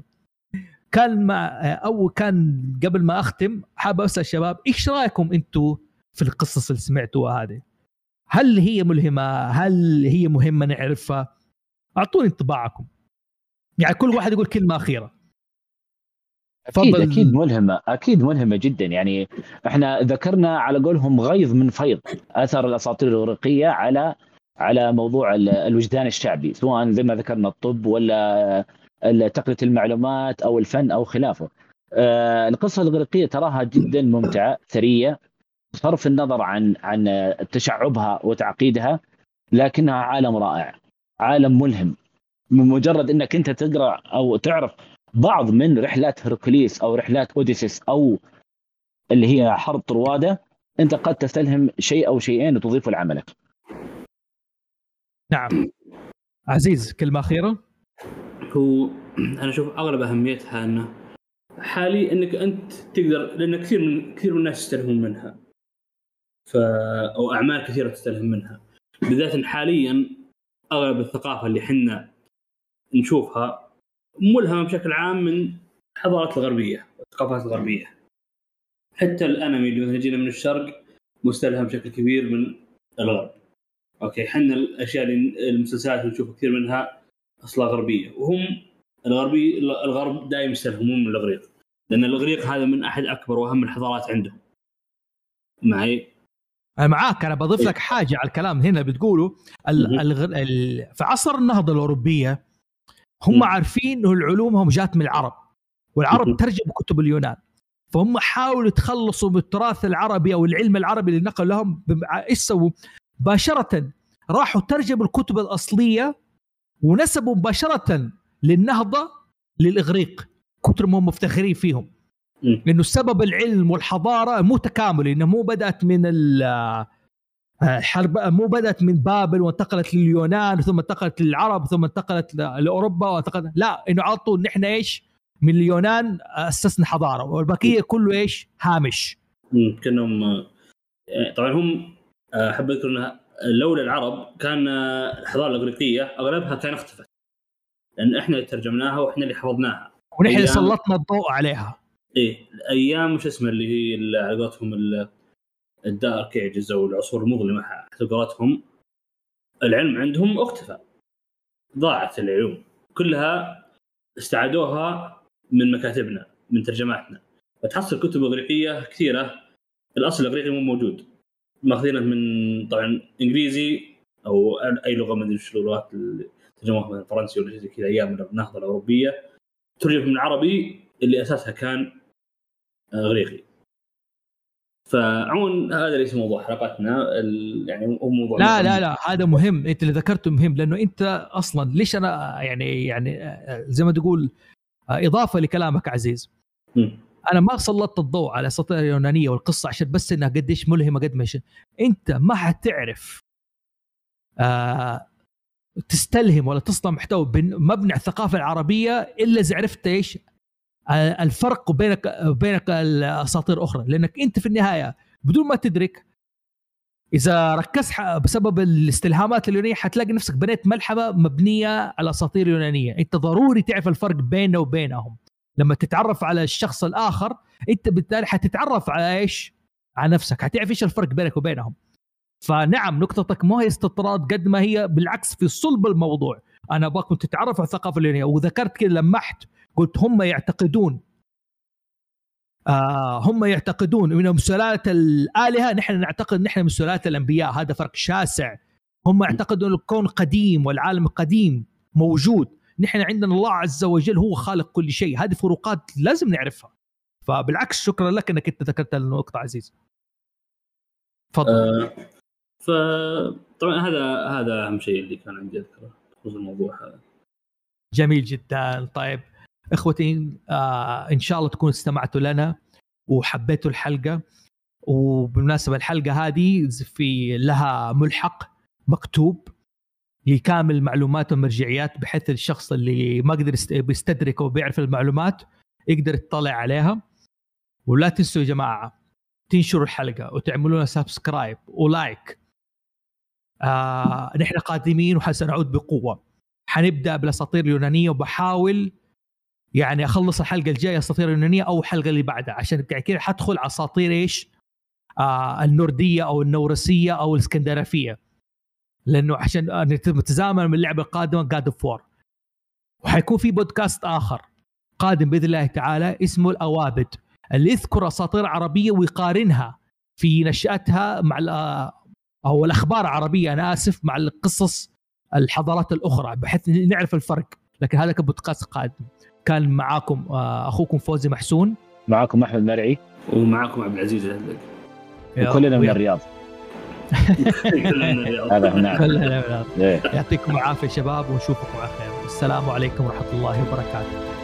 كان قبل ما اختم حاب اسال الشباب ايش رايكم انتم في القصص اللي سمعتوها هذه؟ هل هي ملهمه؟ هل هي مهمه نعرفها؟ اعطوني انطباعكم، يعني كل واحد يقول كلمه اخيره. اكيد ملهمه، اكيد ملهمه جدا. يعني احنا ذكرنا على قولهم غيظ من فيض اثر الاساطير الاغريقيه على موضوع الوجدان الشعبي، سواء زي ما ذكرنا الطب ولا تقنيه المعلومات او الفن او خلافه. القصه الاغريقيه تراها جدا ممتعه ثريه بصرف النظر عن تشعبها وتعقيدها، لكنها عالم رائع، عالم ملهم. من مجرد انك انت تقرا او تعرف بعض من رحلات هيركوليس او رحلات اوديسيس او اللي هي حرب طروادة، انت قد تستلهم شيء او شيئين وتضيفه لعملك. نعم. عزيز كلمه اخيره. هو انا اشوف اغلب اهميتها انه حالي انك انت تقدر، لان كثير من الناس يستلهمون منها، او اعمال كثيره تستلهم منها، بالذات حاليا اغلب الثقافه اللي حنا نشوفها ملهمه بشكل عام من الحضارات الغربيه والثقافات الغربيه. حتى الانمي اللي جينا من الشرق مستلهم بشكل كبير من الغرب. اوكي، حنا الاشياء اللي المسلسلات اللي نشوف كثير منها اصلا غربيه، وهم الغرب دائما يستلهمون من الاغريق، لان الاغريق هذا من احد اكبر واهم الحضارات عندهم. معي؟ أنا معاك. أنا بضيف لك حاجة على الكلام هنا بتقولوا في عصر النهضة الأوروبية هم عارفين إنه العلوم هم جات من العرب، والعرب ترجموا كتب اليونان، فهم حاولوا يتخلصوا من التراث العربي أو العلم العربي اللي نقل لهم. إيش سووا؟ مباشرة راحوا ترجموا الكتب الأصلية ونسبوا مباشرة للنهضة للإغريق، كتر ما هم مفتخرين فيهم، لأنه السبب العلم والحضارة مو تكامل، إنه مو بدأت من الحرب، مو بدأت من بابل وانتقلت لليونان ثم انتقلت للعرب ثم انتقلت لأوروبا وانتقلت، لا، إنه عطوا نحن إيش من اليونان أسسنا حضارة والبقية كله إيش هامش. كأنهم طبعا هم حب أذكر أنها لولا العرب كان الحضارة الإغريقية أغلبها كان اختفت، لأن إحنا ترجمناها وإحنا اللي حفظناها ونحن اللي سلطنا الضوء عليها. إيه الأيام مش اسمه اللي هي علاقتهم الدارك ايجز او العصور المظلمه، حتى قولتهم العلم عندهم اختفى، ضاعت العلوم كلها، استعادوها من مكاتبنا من ترجماتنا. فتحصل كتب اغريقيه كثيره الاصل الاغريقي مو موجود، ماخذينه من طبعا انجليزي او اي لغه ما ادري ايش اللغات اللي ترجموها من فرنسي ولا شيء كذا ايام النهضه الاوروبيه، ترجم من العربي اللي اساسها كان اغريقي. فعون هذا ليس موضوع حلقتنا، يعني هو موضوع لا هذا مهم، انت اللي ذكرته مهم، لانه انت اصلا ليش انا يعني زي ما تقول اضافه لكلامك عزيز. انا ما سلطت الضوء على الاساطير اليونانيه والقصه عشان بس انها قديش ملهمه قد ما انت ما حتعرف تستلهم ولا تصنع محتوى مبني على الثقافه العربيه الا اذا عرفت ايش الفرق بينك الاساطير الاخرى، لانك انت في النهايه بدون ما تدرك اذا ركزت بسبب الاستلهامات اليونانيه حتلاقي نفسك بنيت ملحمه مبنيه على اساطير يونانيه. انت ضروري تعرف الفرق بيننا وبينهم. لما تتعرف على الشخص الاخر انت بالتالي حتتعرف على ايش، على نفسك، حتعرف ايش الفرق بينك وبينهم. فنعم نقطتك مو هي استطراد قد ما هي بالعكس في صلب الموضوع، انا ابغاكم تتعرفوا على الثقافه اليونانيه. وذكرت كذا لمحت قلت هم يعتقدون انهم سلاله الالهه، نحن نعتقد نحن من سلاله الانبياء. هذا فرق شاسع. هم يعتقدون ان الكون قديم والعالم قديم موجود، نحن عندنا الله عز وجل هو خالق كل شيء. هذه فروقات لازم نعرفها. فبالعكس شكرا لك انك انت ذكرت النقطه عزيز. تفضل. فطبعا هذا اهم شيء اللي كان عندي اذكره بخصوص الموضوع هذا. جميل جدا. طيب اخوتي، ان شاء الله تكونوا استمعتوا لنا وحبيتوا الحلقه. وبالمناسبه الحلقه هذه في لها ملحق مكتوب لكامل المعلومات والمرجعيات، بحيث الشخص اللي ما قدر يستدرك او بيعرف المعلومات يقدر يطلع عليها. ولا تنسوا يا جماعه تنشروا الحلقه وتعملوا لنا سبسكرايب ولايك. نحن قادمين وحسنعود بقوه. حنبدا بالاساطير اليونانيه، وبحاول يعني اخلص الحلقه الجايه اساطير اليونانيه او الحلقه اللي بعدها، عشان كذا حدخل على اساطير ايش النورديه او النورسيه او الاسكندنافيه، لانه عشان نتزامن من اللعبه القادمه God of War. وحيكون في بودكاست اخر قادم باذن الله تعالى اسمه الاوابد، اللي يذكر اساطير عربيه ويقارنها في نشاتها مع او الاخبار العربيه، انا اسف، مع القصص الحضارات الاخرى، بحيث نعرف الفرق. لكن هذا كان بودكاست قادم. كان معاكم اخوكم فوزي محسون، معاكم احمد مرعي، ومعاكم عبد العزيز الهلك، وكلنا من الرياض. هذا كلنا من الرياض. يعطيكم العافيه شباب، ونشوفكم على خير. السلام عليكم ورحمه الله وبركاته.